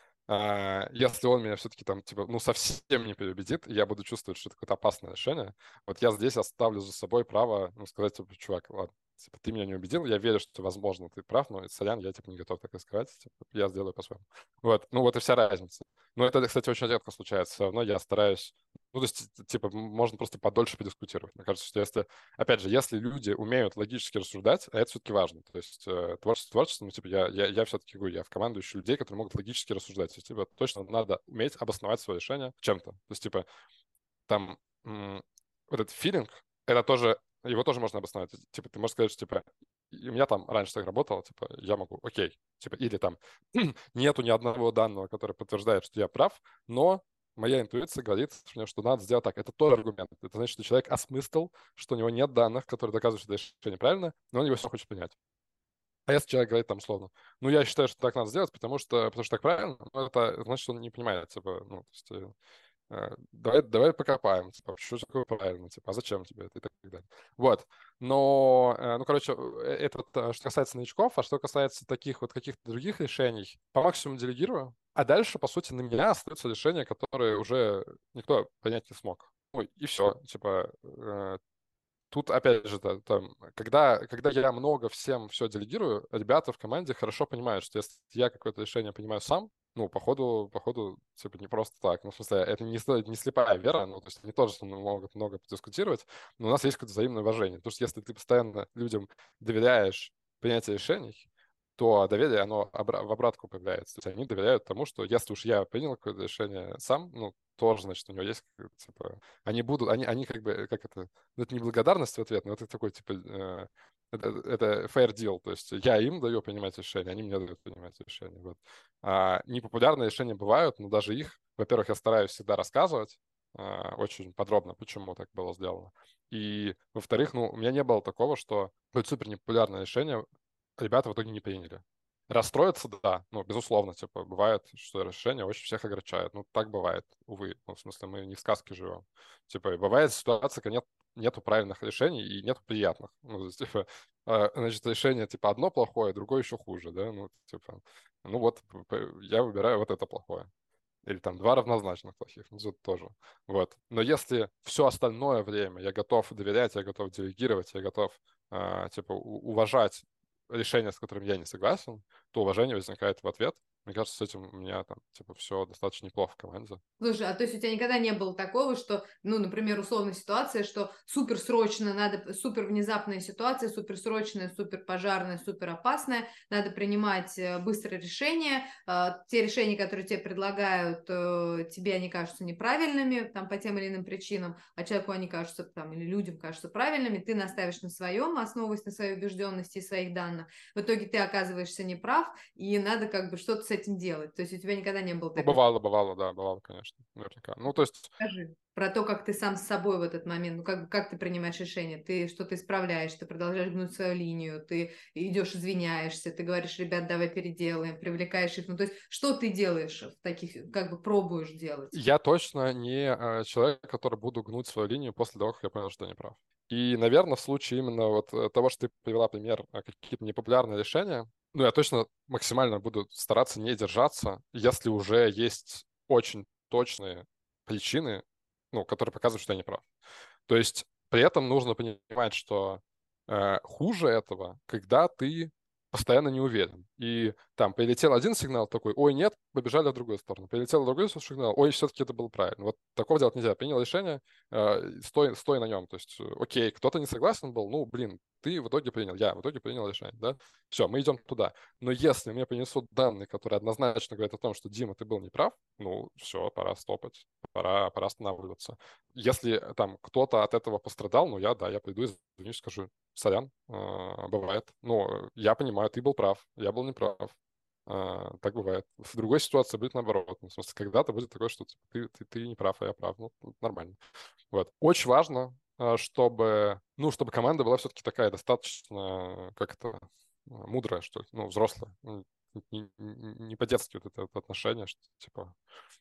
а, если он меня все-таки там, типа, ну, совсем не переубедит, и я буду чувствовать, что это какое-то опасное решение, вот я здесь оставлю за собой право, ну, сказать, типа, чувак, ладно, типа, ты меня не убедил, я верю, что, возможно, ты прав, но, сорян, я, типа, не готов так рисковать, типа, я сделаю по-своему. Вот, ну, вот и вся разница. Но это, кстати, очень редко случается, все равно я стараюсь Ну, то есть, типа, можно просто подольше подискутировать. Мне кажется, что если, опять же, если люди умеют логически рассуждать, а это все-таки важно. То есть э, творчество, творчество, ну, типа, я, я, я все-таки говорю, я в команду ищу людей, которые могут логически рассуждать. То есть, типа, точно надо уметь обосновать свое решение чем-то. То есть, типа, там м, вот этот филинг, это тоже, его тоже можно обосновать. Типа, ты можешь сказать, что, типа, и у меня там раньше так работало, типа, я могу, окей, типа, или там нету ни одного данного, который подтверждает, что я прав, но моя интуиция говорит мне, что надо сделать так. Это тоже аргумент. Это значит, что человек осмыслил, что у него нет данных, которые доказывают, что это решение правильно, но он его все хочет принять. А если человек говорит там условно, ну, я считаю, что так надо сделать, потому что, потому что так правильно, ну, это значит, что он не понимает, типа, ну, то есть, э, э, давай, давай покопаем, типа, что такое правильно, типа, а зачем тебе это и так далее. Вот. Но, э, ну, короче, э, это э, что касается новичков, а что касается таких вот каких-то других решений, по максимуму делегирую, а дальше, по сути, на меня остаются решения, которые уже никто понять не смог. Ну, и все, типа, э, тут, опять же, да, там, когда, когда я много всем все делегирую, ребята в команде хорошо понимают, что если я какое-то решение понимаю сам, ну, походу, походу, типа, не просто так. Ну, в смысле, это не, ст- не слепая вера, ну, то есть они тоже со мной могут много подискутировать, но у нас есть какое-то взаимное уважение. Потому что если ты постоянно людям доверяешь принятие решений, то доверие, оно обра- в обратку появляется. То есть они доверяют тому, что если уж я принял какое-то решение сам, ну, тоже, значит, у него есть, как- типа, они будут, они, они как бы, как это, ну, это не благодарность в ответ, но это такой, типа, э, это, это fair deal, то есть я им даю принимать решения, они мне дают принимать решения. Вот. А непопулярные решения бывают, но даже их, во-первых, я стараюсь всегда рассказывать а, очень подробно, почему так было сделано. И, во-вторых, ну, у меня не было такого, что какое-то супер непопулярное решение ребята в итоге не приняли. Расстроиться, да, ну, безусловно, типа, бывает, что решение очень всех огорчает. Ну, так бывает, увы. Ну, в смысле, мы не в сказке живем. Типа, бывает ситуация, когда нет, нету правильных решений и нету приятных. Ну, то есть, типа, э, значит, решение, типа, одно плохое, другое еще хуже, да, ну, типа, ну, вот, п- я выбираю вот это плохое. Или там два равнозначных плохих, ну, это тоже. Вот. Но если все остальное время я готов доверять, я готов делегировать, я готов, а, типа, у- уважать решения, с которыми я не согласен, то уважение возникает в ответ. Мне кажется, с этим у меня там, типа, все достаточно неплохо в команде. Слушай, а то есть у тебя никогда не было такого, что, ну, например, условная ситуация, что супер срочно надо, супер внезапная ситуация, супер срочная, супер пожарная, супер опасная, надо принимать э, быстрое решение, э, те решения, которые тебе предлагают, э, тебе они кажутся неправильными, там, по тем или иным причинам, а человеку они кажутся, там, или людям кажутся правильными, ты настаиваешь на своем, основываясь на своей убежденности и своих данных, в итоге ты оказываешься неправ, и надо как бы что-то с этим делать, то есть у тебя никогда не было Ну, такой. бывало, бывало, да, бывало, конечно, наверняка. Ну, то есть Скажи про то, как ты сам с собой в этот момент, ну как, как ты принимаешь решение, ты что-то исправляешь, ты продолжаешь гнуть свою линию, ты идешь, извиняешься, ты говоришь, ребят, давай переделаем, привлекаешь их, ну то есть что ты делаешь в таких, как бы пробуешь делать? я точно не э, человек, который буду гнуть свою линию после того, как я понял, что я не прав. И, наверное, в случае именно вот э, того, что ты привела пример, э, какие-то непопулярные решения, ну, я точно максимально буду стараться не держаться, если уже есть очень точные причины, ну, которые показывают, что я не прав. То есть при этом нужно понимать, что э, хуже этого, когда ты постоянно не уверен. И там прилетел один сигнал такой, ой, нет, побежали в другую сторону. Прилетел другой сигнал, ой, все-таки это было правильно. Вот такого делать нельзя. Принял решение, э, стой, стой на нем. То есть, э, окей, кто-то не согласен был, ну, блин, ты в итоге принял, я в итоге принял решение, да? Все, мы идем туда. Но если мне принесут данные, которые однозначно говорят о том, что, Дима, ты был неправ, ну, все, пора стопать, пора, пора останавливаться. Если там кто-то от этого пострадал, ну, я, да, я приду, извинюсь, скажу, сорян, э, бывает. Ну, я понимаю, ты был прав, я был неправ. Э, так бывает. В другой ситуации будет наоборот. Ну, в смысле, когда-то будет такое, что типа, ты, ты, ты не прав, а я прав. Ну, нормально. Вот. Очень важно, э, чтобы, ну, чтобы команда была все-таки такая достаточно, как это, э, мудрая, что ли, ну, взрослая. Ну, Не, не, не по-детски вот это вот отношение, что типа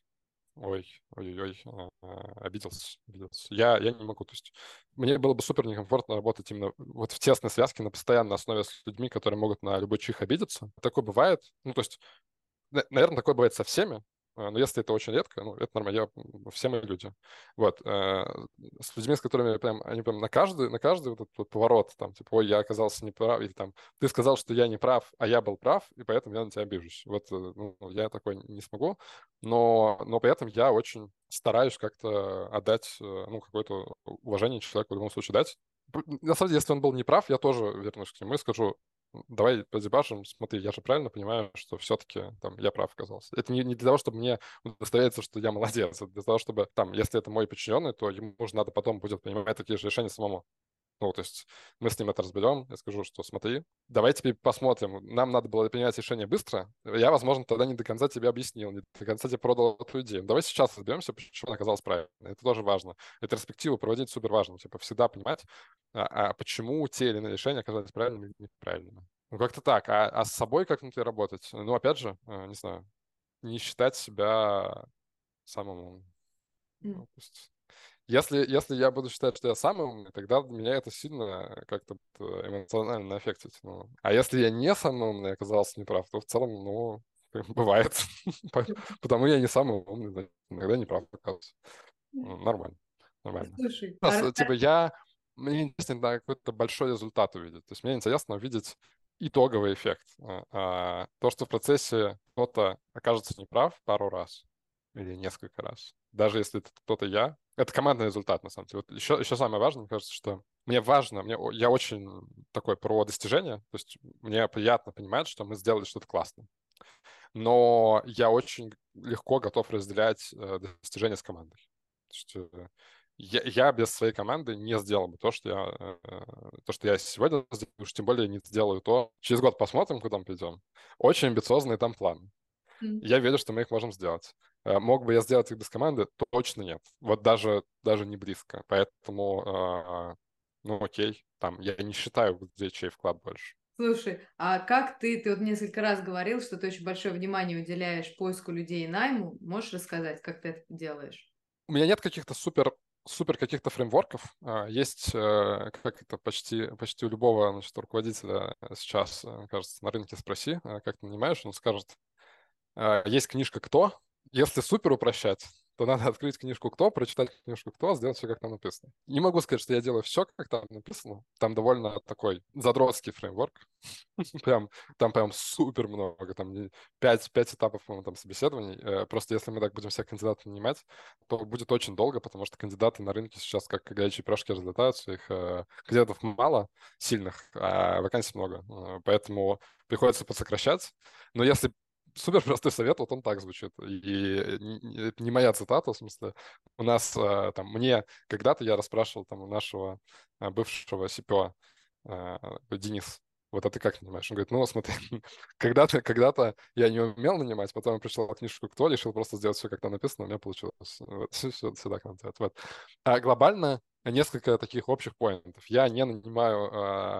ой, ой-ой-ой, а, а, обиделся, обиделся. Я, я не могу, то есть мне было бы супер некомфортно работать именно вот в тесной связке на постоянной основе с людьми, которые могут на любой чих обидеться. Такое бывает, ну, то есть, наверное, такое бывает со всеми, но если это очень редко, ну, это нормально, я, все мы люди. Вот. С людьми, с которыми прям, они прям на каждый, на каждый вот этот вот поворот, там, типа, ой, я оказался неправ, или там, ты сказал, что я не прав, а я был прав, и поэтому я на тебя обижусь. Вот, ну, я такой не смогу, но, но при этом я очень стараюсь как-то отдать, ну, какое-то уважение человеку в любом случае дать. На самом деле, если он был неправ, я тоже вернусь к нему и скажу, давай подебашим, смотри, я же правильно понимаю, что все-таки там я прав оказался. Это не, не для того, чтобы мне удостовериться, что я молодец, это для того, чтобы там, если это мой подчиненный, то ему же надо потом будет принимать такие же решения самому. Ну, то есть мы с ним это разберем, я скажу, что смотри, давай теперь посмотрим. Нам надо было принимать решение быстро. Я, возможно, тогда не до конца тебе объяснил, не до конца тебе продал эту идею. Давай сейчас разберемся, почему она оказалась правильной. Это тоже важно. Ретроспективу проводить супер важно. Типа всегда понимать, а, а почему те или иные решения оказались правильными или неправильными. Ну, как-то так. А, а с собой как внутри работать? Ну, опять же, э, не знаю, не считать себя самым умным. Mm. Ну, пусть если, если я буду считать, что я самый умный, тогда меня это сильно как-то эмоционально аффектит. Ну. А если я не самый умный, оказался неправ, то в целом, ну, бывает. Потому я не самый умный, значит, иногда неправ оказываюсь. Ну, нормально, нормально. Слушай, а Просто, расскажи. типа, я... Мне интересно, да, какой-то большой результат увидеть. То есть мне интересно увидеть итоговый эффект. А, а, то, что в процессе кто-то окажется неправ пару раз или несколько раз, даже если это кто-то я, это командный результат, на самом деле. Вот еще, еще самое важное, мне кажется, что мне важно, мне, о- я очень такой про достижения, то есть мне приятно понимать, что мы сделали что-то классное. Но я очень легко готов разделять э, достижения с командой. То есть, э, я, я без своей команды не сделал бы то, что я, э, э, то, что я сегодня сделаю, уж тем более не сделаю то. Через год посмотрим, куда мы придем. Очень амбициозные там планы. М. Я верю, что мы их можем сделать. Э, Мог бы я сделать их без команды? Точно нет. Вот даже, даже не близко. Поэтому, э, ну окей, там, я не считаю, где чей вклад больше. Слушай, а как ты, ты вот несколько раз говорил, что ты очень большое внимание уделяешь поиску людей и найму. Можешь рассказать, как ты это делаешь? У меня нет каких-то супер супер каких-то фреймворков. А, Есть, э, как это почти, почти у любого, значит, руководителя сейчас, э, кажется, на рынке спроси, э, как ты нанимаешь, он скажет, а, есть книжка «Кто?». Если супер упрощать, то надо открыть книжку «Кто?», прочитать книжку «Кто?», сделать все, как там написано. Не могу сказать, что я делаю все, как там написано. Там довольно такой задротский фреймворк. Прям, там прям супер много. Там не- пять, пять этапов, по-моему, там собеседований. Э, Просто если мы так будем всех кандидатов нанимать, то будет очень долго, потому что кандидаты на рынке сейчас как горячие пирожки разлетаются. Их э, кандидатов мало сильных, а вакансий много. Э, Поэтому приходится подсокращать. Но если супер простой совет, вот он так звучит. И не- это не моя цитата, в смысле, у нас э, там, мне когда-то я расспрашивал там у нашего э, бывшего си пи о, э, Денис, вот, а ты как нанимаешь? Он говорит, ну, смотри, когда-то, когда-то я не умел нанимать, потом я прочитал книжку «Кто?», решил просто сделать все, как там написано, у меня получилось. Вот, все, сюда к нам ответ. Вот. А глобально несколько таких общих поинтов. Я не нанимаю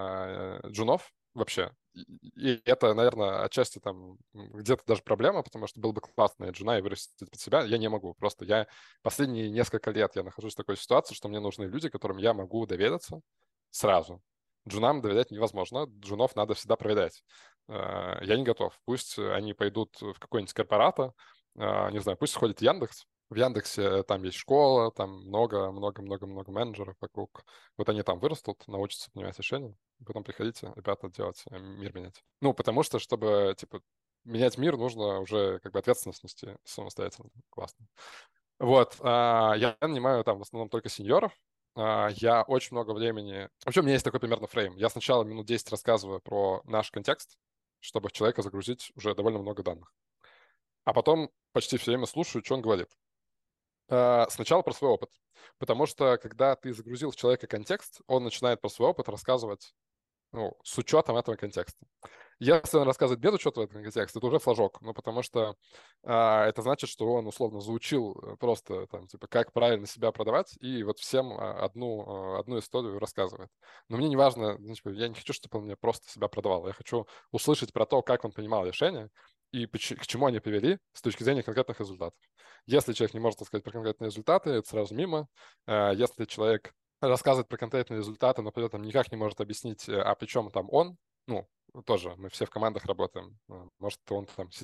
э, джунов вообще. И и это, наверное, отчасти там где-то даже проблема, потому что было бы классно и джуна и вырастить под себя. Я не могу. Просто я последние несколько лет я нахожусь в такой ситуации, что мне нужны люди, которым я могу довериться сразу. Джунам доверять невозможно. Джунов надо всегда проверять. Э, Я не готов. Пусть они пойдут в какой-нибудь корпората, э, не знаю, пусть сходят в Яндекс. В Яндексе там есть школа, там много-много-много-много менеджеров вокруг. Вот они там вырастут, научатся принимать решения, и потом приходите, ребята, делать, э, мир менять. Ну, потому что, чтобы, типа, менять мир, нужно уже как бы ответственность нести самостоятельно. Классно. Вот, а, я нанимаю там в основном только сеньоров. А, Я очень много времени... Вообще, у меня есть такой примерно фрейм. Я сначала минут десять рассказываю про наш контекст, чтобы в человека загрузить уже довольно много данных. А потом почти все время слушаю, что он говорит. А, Сначала про свой опыт. Потому что, когда ты загрузил в человека контекст, он начинает про свой опыт рассказывать, ну, с учетом этого контекста. Если он рассказывает без учета этого контекста, это уже флажок. Ну, потому что а, это значит, что он условно заучил э, просто там, типа, как правильно себя продавать, и вот всем а, одну, а, одну историю рассказывает. Но мне не важно, ну, типа, я не хочу, чтобы он мне просто себя продавал. Я хочу услышать про то, как он принимал решения и поч- к чему они привели с точки зрения конкретных результатов. Если человек не может рассказать про конкретные результаты, это сразу мимо. А, Если человек рассказывает про конкретные результаты, но при этом никак не может объяснить, э, а при чем там он, ну, тоже мы все в командах работаем. Э, Может, он там сидел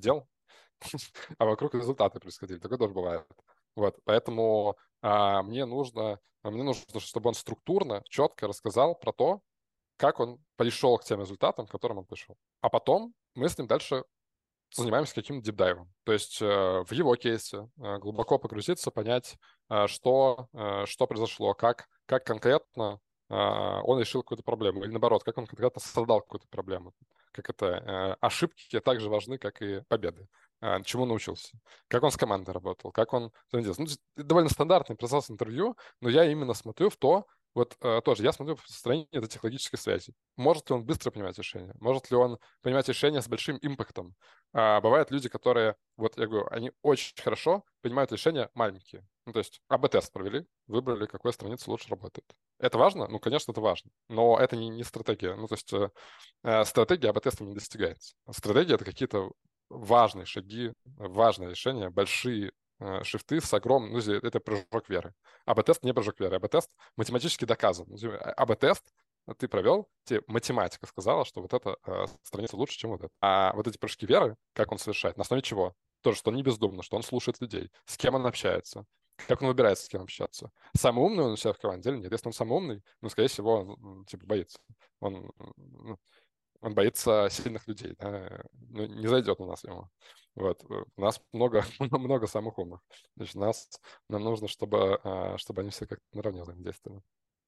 а вокруг результаты происходили. Такое тоже бывает. Вот, поэтому а, мне нужно, мне нужно, чтобы он структурно, четко рассказал про то, как он пришел к тем результатам, к которым он пришел. А потом мы с ним дальше занимаемся каким-то дипдайвом. То есть э, в его кейсе э, глубоко погрузиться, понять, э, что, э, что произошло, как, как конкретно э, он решил какую-то проблему, или наоборот, как он конкретно создал какую-то проблему. Как это, э, ошибки так же важны, как и победы. Э, чему научился, как он с командой работал, как он... Ну, довольно стандартный процесс интервью, но я именно смотрю в то, вот э, тоже, я смотрю в состоянии этих логических связей. Может ли он быстро принимать решения? Может ли он принимать решения с большим импактом? А бывают люди, которые, вот я говорю, они очень хорошо принимают решения маленькие. Ну, то есть эй би-тест провели, выбрали, какой странице лучше работает. Это важно? Ну, конечно, это важно. Но это не, не стратегия. Ну, то есть э, э, стратегия эй би-тестом не достигается. Стратегия — это какие-то важные шаги, важные решения, большие э, шифты с огромным... Ну, это прыжок веры. эй би-тест не прыжок веры. эй би-тест математически доказан. эй би-тест ты провел, тебе математика сказала, что вот эта э, страница лучше, чем вот эта. А вот эти прыжки веры, как он совершает, на основе чего? Тоже, что он не бездумно, что он слушает людей, с кем он общается, как он выбирает, с кем общаться. Самый умный он у себя в команде или нет? Если он самый умный, ну, скорее всего, он, типа, боится. Он, ну, он боится сильных людей. Да? Ну, не зайдет у нас ему. Вот. У нас много, много самых умных. Значит, нас, нам нужно, чтобы, э, чтобы они все как-то наравне взаимодействовали.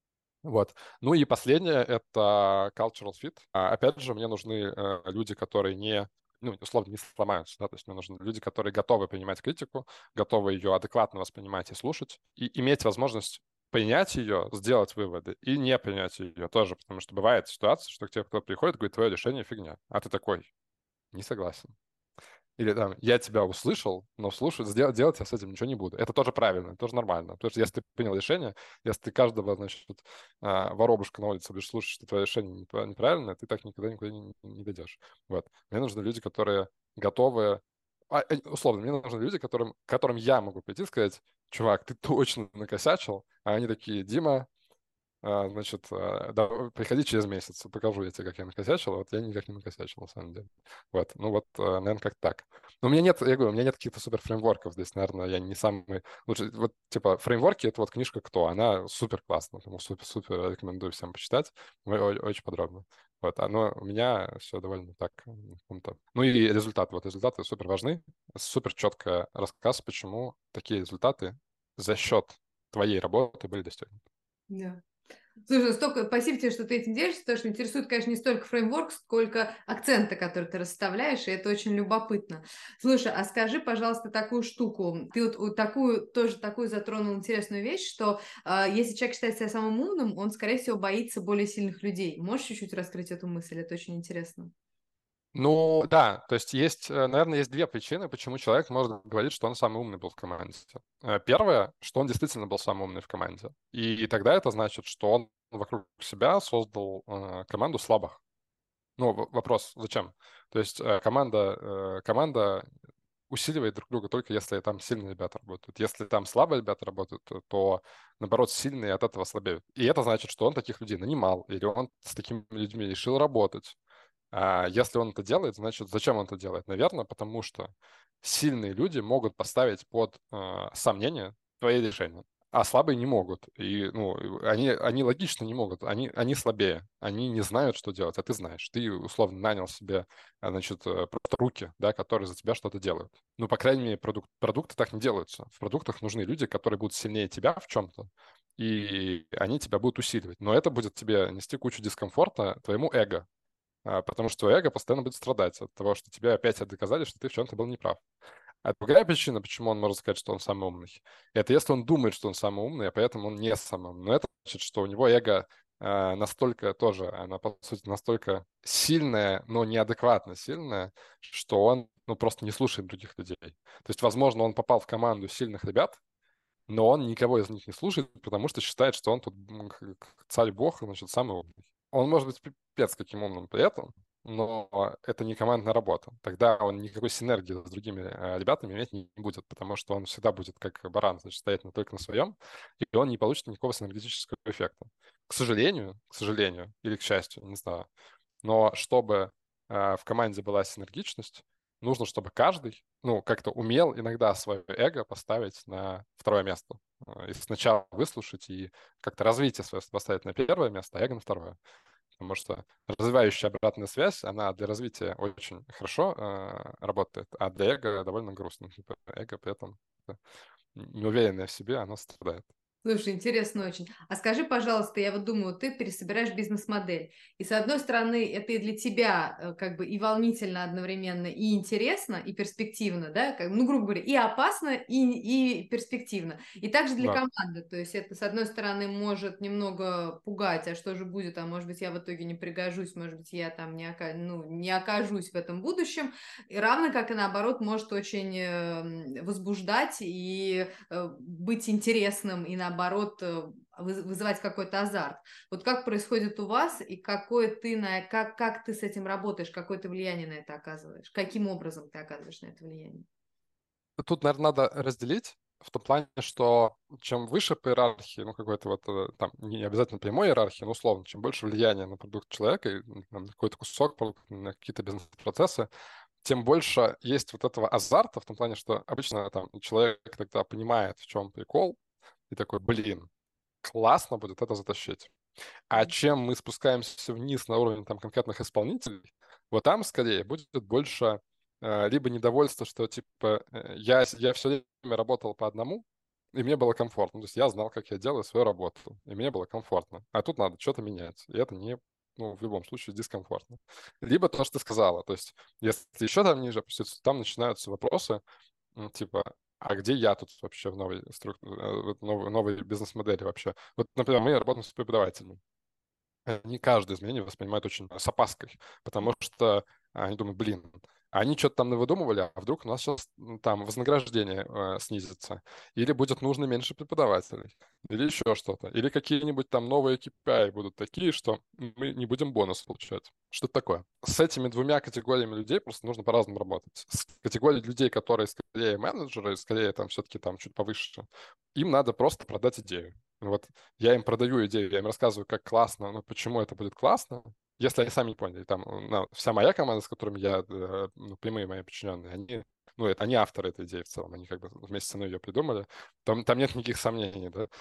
Вот. Ну и последнее — это cultural fit. А, опять же, мне нужны э, люди, которые не, ну, условно, не сломаются, да, то есть мне нужны люди, которые готовы принимать критику, готовы ее адекватно воспринимать и слушать, и иметь возможность принять ее, сделать выводы и не принять ее тоже, потому что бывает ситуация, что к тебе кто-то приходит и говорит: твое решение фигня, а ты такой: не согласен. Или там: я тебя услышал, но слушать, сделать, делать я с этим ничего не буду. Это тоже правильно, это тоже нормально. Потому что если ты принял решение, если ты каждого, значит, вот, а, воробушка на улице будешь слушать, что твое решение непра- неправильное, ты так никогда никуда не, не дойдешь. Вот. Мне нужны люди, которые готовы... а, э, условно, мне нужны люди, которым, которым я могу прийти и сказать: чувак, ты точно накосячил. А они такие: Дима, а, значит, а, да, приходи через месяц, покажу я тебе, как я накосячил. Вот я никак не накосячил, на самом деле. Вот, ну вот, наверное, как так. Но у меня нет, я говорю, у меня нет каких-то супер фреймворков здесь, наверное, я не самый лучший. Вот, типа, фреймворки — это вот книжка «Кто?», она супер классная, потому супер-супер рекомендую всем почитать, О- о- очень подробно. Вот, оно у меня все довольно так, м, каком-то... Ну и результаты, вот результаты супер важны, супер четко рассказ, почему такие результаты за счет твоей работы были достигнуты. Да. Слушай, столько, спасибо тебе, что ты этим делишься, потому что интересует, конечно, не столько фреймворк, сколько акценты, которые ты расставляешь, и это очень любопытно. Слушай, а скажи, пожалуйста, такую штуку. Ты вот, вот такую, тоже такую затронул интересную вещь, что э, если человек считает себя самым умным, он, скорее всего, боится более сильных людей. Можешь чуть-чуть раскрыть эту мысль? Это очень интересно. Ну, да, то есть есть, э, наверное, есть две причины, почему человек может говорить, что он самый умный был в команде. Э, Первое, что он действительно был самый умный в команде. И, и тогда это значит, что он вокруг себя создал э, команду слабых. Ну, в- вопрос, зачем? То есть э, команда, э, команда усиливает друг друга только если там сильные ребята работают. Если там слабые ребята работают, то, то, наоборот, сильные от этого слабеют. И это значит, что он таких людей нанимал, или он с такими людьми решил работать. А если он это делает, значит, зачем он это делает? Наверное, потому что сильные люди могут поставить под э, сомнение твои решения, а слабые не могут. И, ну, они, они логично не могут, они, они слабее, они не знают, что делать, а ты знаешь. Ты, условно, нанял себе, а, значит, э, просто руки, да, которые за тебя что-то делают. Ну, по крайней мере, продукт, продукты так не делаются. В продуктах нужны люди, которые будут сильнее тебя в чем-то, и они тебя будут усиливать. Но это будет тебе нести кучу дискомфорта твоему эго, а, потому что эго постоянно будет страдать от того, что тебе опять доказали, что ты в чем-то был неправ. А другая причина, почему он может сказать, что он самый умный, это если он думает, что он самый умный, а поэтому он не самый умный. Но это значит, что у него эго а, настолько тоже, она, по сути, настолько сильная, но неадекватно сильная, что он, ну, просто не слушает других людей. То есть, возможно, он попал в команду сильных ребят, но он никого из них не слушает, потому что считает, что он тут м, как царь-бог, значит, самый умный. Он может быть пипец каким умным при этом, но это не командная работа. Тогда он никакой синергии с другими э, ребятами иметь не будет, потому что он всегда будет как баран, значит, стоять на- только на своем, и он не получит никакого синергетического эффекта. К сожалению, к сожалению, или к счастью, не знаю, но чтобы э, в команде была синергичность, нужно, чтобы каждый, ну, как-то умел иногда свое эго поставить на второе место. Э, И сначала выслушать и как-то развитие свое поставить на первое место, а эго на второе. Потому что развивающая обратная связь, она для развития очень хорошо э, работает, а для эго довольно грустно. Типа эго при этом э, неуверенное в себе, оно страдает. Слушай, интересно очень. А скажи, пожалуйста, я вот думаю, ты пересобираешь бизнес-модель. И с одной стороны, это и для тебя э, как бы и волнительно одновременно, и интересно, и перспективно, да, как, ну, грубо говоря, и опасно, и, и перспективно. И также для Да. команды. То есть это, с одной стороны, может немного пугать, а что же будет, а может быть, я в итоге не пригожусь, может быть, я там не, ока- ну, не окажусь в этом будущем. И равно как и наоборот, может очень э, возбуждать и э, быть интересным, и наоборот э, вы- вызывать какой-то азарт. Вот как происходит у вас, и какое ты на, как, как ты с этим работаешь, какое ты влияние на это оказываешь? Каким образом ты оказываешь на это влияние? Тут, наверное, надо разделить в том плане, что чем выше по иерархии, ну, какой-то вот э, там не обязательно прямой иерархии, но условно, чем больше влияния на продукт человека, и, ну, там, на какой-то кусок продукта, на какие-то бизнес-процессы, тем больше есть вот этого азарта в том плане, что обычно там человек тогда понимает, в чем прикол, и такой, блин, классно будет это затащить. А чем мы спускаемся вниз на уровень там конкретных исполнителей, вот там скорее будет больше э, либо недовольство, что типа э, я, я все время работал по одному, и мне было комфортно. То есть я знал, как я делаю свою работу, и мне было комфортно. А тут надо что-то менять, и это не, ну, в любом случае дискомфортно. Либо то, что ты сказала. То есть если еще там ниже опуститься, там начинаются вопросы, м, типа, а где я тут вообще в новой, струк... э, в новой, новой бизнес-модели вообще? Вот, например, мы работаем с преподавателями. Э, не каждое изменение воспринимает очень с опаской, потому что они думают, блин, они что-то там навыдумывали, а вдруг у нас сейчас там вознаграждение э, снизится, или будет нужно меньше преподавателей, или еще что-то, или какие-нибудь там новые K P I будут такие, что мы не будем бонус получать. Что-то такое. С этими двумя категориями людей просто нужно по-разному работать. С категорией людей, которые скорее менеджеры, скорее там все-таки там чуть повыше, им надо просто продать идею. Вот я им продаю идею, я им рассказываю, как классно, ну, почему это будет классно, если они сами не поняли. Там, ну, вся моя команда, с которыми я, э, ну, прямые мои подчиненные, они, ну, это, они авторы этой идеи в целом, они как бы вместе со мной ее придумали. Там, там нет никаких сомнений, да.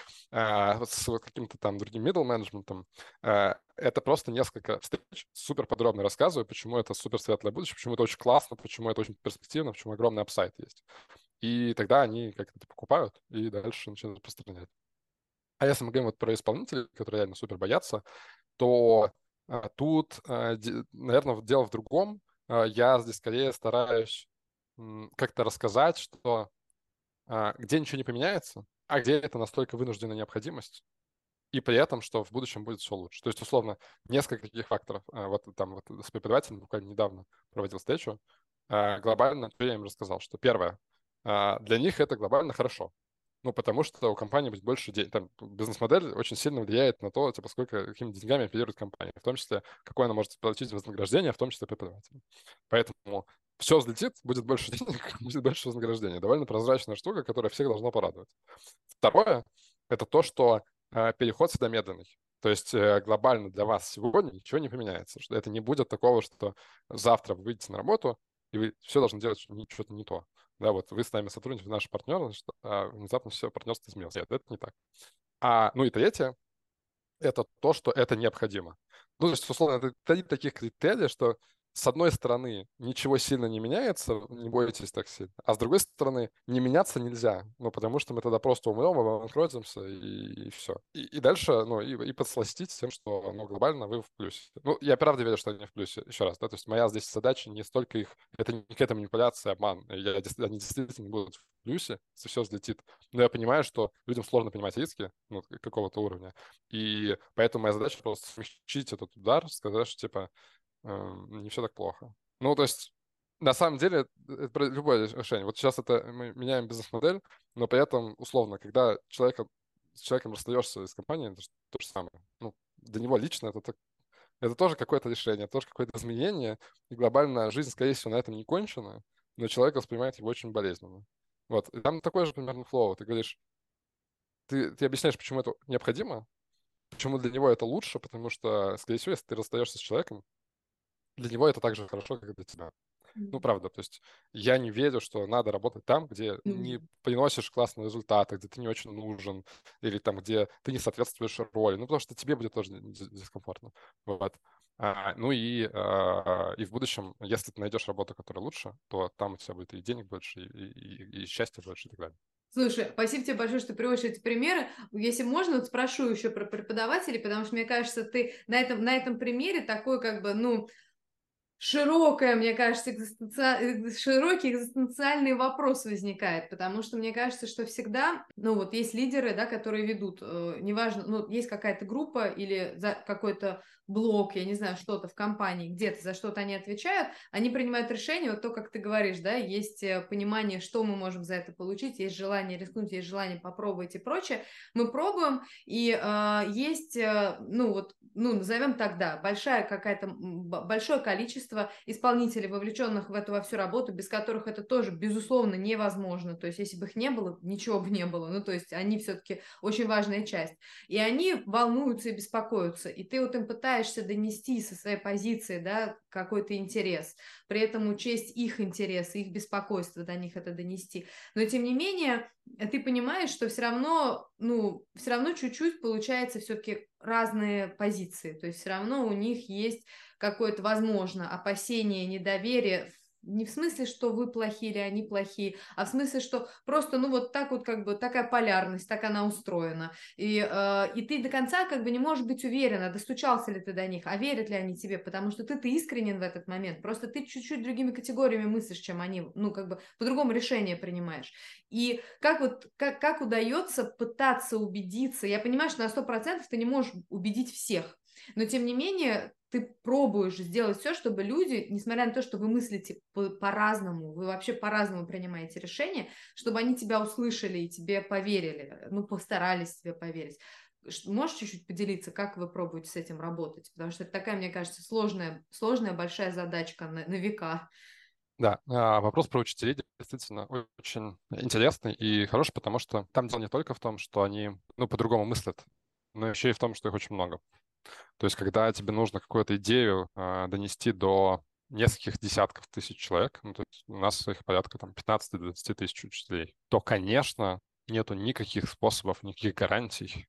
А вот с вот каким-то там другим middle менеджментом это просто несколько встреч, супер подробно рассказываю, почему это супер светлое будущее, почему это очень классно, почему это очень перспективно, почему огромный апсайд есть. И тогда они как-то это покупают и дальше начинают распространять. А если мы говорим вот про исполнителей, которые реально супер боятся, то а, тут, а, де- наверное, вот дело в другом. А, я здесь скорее стараюсь м, как-то рассказать, что а, где ничего не поменяется, а где это настолько вынужденная необходимость, и при этом, что в будущем будет все лучше. То есть, условно, несколько таких факторов. А, Вот там вот с преподавателем буквально недавно проводил встречу. А, Глобально, я им рассказал, что первое, а, для них это глобально хорошо. Ну, потому что у компании будет больше денег. Там бизнес-модель очень сильно влияет на то, типа, сколько, какими деньгами оперирует компания. В том числе, какое она может платить вознаграждение, в том числе преподавателям. Поэтому все взлетит, будет больше денег, будет больше вознаграждения. Довольно прозрачная штука, которая всех должна порадовать. Второе — это то, что э, переход всегда медленный. То есть э, глобально для вас сегодня ничего не поменяется. Что это не будет такого, что завтра вы выйдете на работу, и вы все должны делать что-то не то. Да, вот вы с нами сотрудничаете, наши партнеры, что а, внезапно все партнерство изменилось. Нет, это не так. А, ну и третье — это то, что это необходимо. Ну, то есть, условно, это три таких критерия, что с одной стороны ничего сильно не меняется, не бойтесь так сильно, а с другой стороны не меняться нельзя, ну, потому что мы тогда просто умрем, обанкротимся, и, и все. И, и дальше, ну, и, и подсластить тем, что, ну, глобально вы в плюсе. Ну, я правда верю, что они в плюсе, еще раз, да, то есть моя здесь задача не столько их, это не какая-то манипуляция, обман, я, дес- они действительно будут в плюсе, если все взлетит, но я понимаю, что людям сложно понимать риски, ну, какого-то уровня, и поэтому моя задача просто смягчить этот удар, сказать, что, типа, э, не все так плохо. Ну, то есть, на самом деле, это про любое решение. Вот сейчас это мы меняем бизнес-модель, но при этом, условно, когда человека, с человеком расстаешься из компании, это же то же самое. Ну, для него лично это, так- это тоже какое-то решение, тоже какое-то изменение, и глобально жизнь, скорее всего, на этом не кончена, но человек воспринимает его очень болезненно. Вот. И там такой же примерно флоу. Ты говоришь, ты, ты объясняешь, почему это необходимо, почему для него это лучше, потому что, скорее всего, если ты расстаешься с человеком, для него это так же хорошо, как и для тебя. Ну, правда, то есть я не верю, что надо работать там, где не Нужно. приносишь классные результаты, где ты не очень нужен, или там, где ты не соответствуешь роли, ну, потому что тебе будет тоже дис- дискомфортно. Вот. А, ну и, а, и в будущем, если ты найдешь работу, которая лучше, то там у тебя будет и денег больше, и, и, и счастья больше, и так далее. Слушай, спасибо тебе большое, что приводишь эти примеры. Если можно, вот спрошу еще про преподавателей, потому что, мне кажется, ты на этом, на этом примере такой, как бы, ну, широкая, мне кажется, экзистенци... широкий экзистенциальный вопрос возникает, потому что мне кажется, что всегда, ну вот есть лидеры, да, которые ведут, э, неважно, ну есть какая-то группа или за какой-то блок, я не знаю, что-то в компании, где-то за что-то они отвечают, они принимают решение, вот то, как ты говоришь, да, есть э, понимание, что мы можем за это получить, есть желание рискнуть, есть желание попробовать и прочее, мы пробуем, и э, есть, э, ну вот, ну назовем так, да, большая какая-то, большое количество исполнителей, вовлеченных в эту во всю работу, без которых это тоже, безусловно, невозможно. То есть, если бы их не было, ничего бы не было. Ну, то есть, они все-таки очень важная часть. И они волнуются и беспокоятся. И ты вот им пытаешься донести со своей позиции, да, какой-то интерес. При этом учесть их интересы, их беспокойство, до них это донести. Но, тем не менее, ты понимаешь, что все равно, ну, все равно чуть-чуть получается все-таки разные позиции. То есть все равно у них есть какое-то, возможно, опасение, недоверие, не в смысле, что вы плохие или они плохие, а в смысле, что просто, ну, вот так вот, как бы, такая полярность, так она устроена. И, э, и ты до конца, как бы, не можешь быть уверена, достучался ли ты до них, а верят ли они тебе, потому что ты-то искренен в этот момент, просто ты чуть-чуть другими категориями мыслишь, чем они, ну, как бы, по-другому решение принимаешь. И как вот, как, как удается пытаться убедиться, я понимаю, что на сто процентов ты не можешь убедить всех, но, тем не менее, ты пробуешь сделать все, чтобы люди, несмотря на то, что вы мыслите по- по-разному, вы вообще по-разному принимаете решения, чтобы они тебя услышали и тебе поверили, ну, постарались тебе поверить. Ш- Можешь чуть-чуть поделиться, как вы пробуете с этим работать? Потому что это такая, мне кажется, сложная, сложная большая задачка на, на века. Да, а, вопрос про учителей действительно очень интересный и хороший, потому что там дело не только в том, что они, ну, по-другому мыслят, но еще и в том, что их очень много. То есть, когда тебе нужно какую-то идею а, донести до нескольких десятков тысяч человек, ну, то есть у нас их порядка там пятнадцать-двадцать тысяч учителей, то, конечно, нету никаких способов, никаких гарантий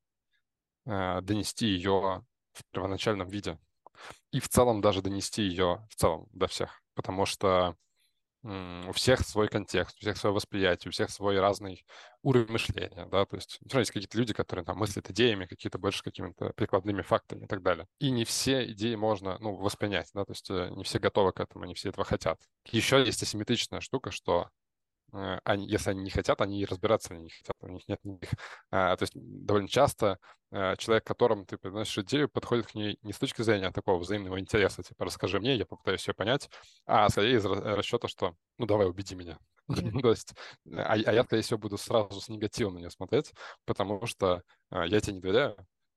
а, донести ее в первоначальном виде. И в целом даже донести ее в целом до всех. Потому что м, у всех свой контекст, у всех свое восприятие, у всех свой разный уровень мышления, да, то есть всё равно есть какие-то люди, которые там мыслят идеями, какие-то больше какими-то прикладными фактами и так далее. И не все идеи можно, ну, воспринять, да, то есть э, не все готовы к этому, не все этого хотят. Еще есть асимметричная штука, что э, они, если они не хотят, они и разбираться не хотят, у них нет никаких... а, То есть довольно часто э, человек, которому ты приносишь идею, подходит к ней не с точки зрения такого взаимного интереса, типа «расскажи мне, я попытаюсь ее понять», а скорее из ра- расчета, что «ну давай, убеди меня». Да. То есть, а, а я, скорее всего, буду сразу с негативом на нее смотреть, потому что э, я тебе не доверяю,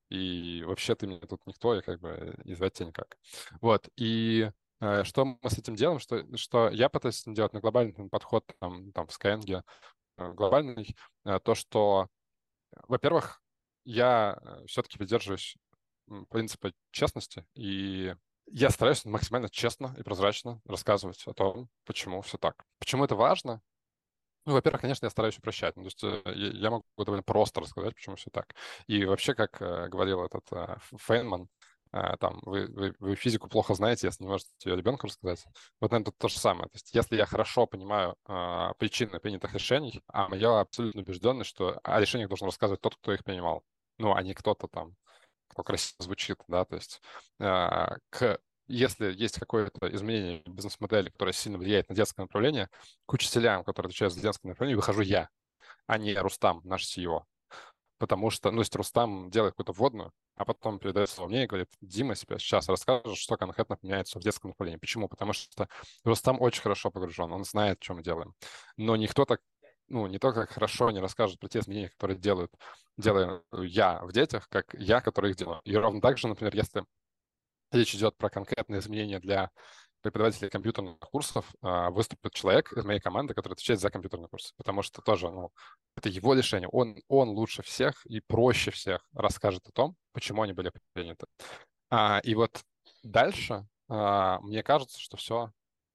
и вообще ты мне тут никто, и как бы и звать тебя никак. Вот, и Э, Что мы с этим делаем? Что, что я пытаюсь с этим делать на глобальный там, подход там, там, в Skyeng, э, глобальный, э, то, что, во-первых, я все-таки придерживаюсь м, принципа честности, и я стараюсь максимально честно и прозрачно рассказывать о том, почему все так. Почему это важно? Ну, во-первых, конечно, я стараюсь упрощать. Ну, то есть э, я я могу довольно просто рассказать, почему все так. И вообще, как э, говорил этот э, Ф- Фейнман, э, там, вы, вы, вы физику плохо знаете, если не можете ее ребенку рассказать. Вот, наверное, тут то же самое. То есть если я хорошо понимаю э, причины принятых решений, а я абсолютно убежденный, что о решениях должен рассказывать тот, кто их принимал, ну, а не кто-то там, кто красиво звучит, да, то есть э, к если есть какое-то изменение бизнес-модели, которое сильно влияет на детское направление, к учителям, которые отвечают за детское направление, выхожу я, а не Рустам, наш си и о. Потому что, ну, если Рустам делает какую-то вводную, а потом передает слово мне и говорит: Дима, себе сейчас расскажешь, что конкретно поменяется в детском направлении. Почему? Потому что Рустам очень хорошо погружен, он знает, что мы делаем. Но никто так, ну, не только хорошо не расскажет про те изменения, которые делают, делаю я в детях, как я, который их делаю. И ровно так же, например, если речь идет про конкретные изменения для преподавателей компьютерных курсов, а, выступит человек из моей команды, который отвечает за компьютерный курс, потому что тоже, ну, это его решение. Он, он лучше всех и проще всех расскажет о том, почему они были приняты. А, и вот дальше а, мне кажется, что все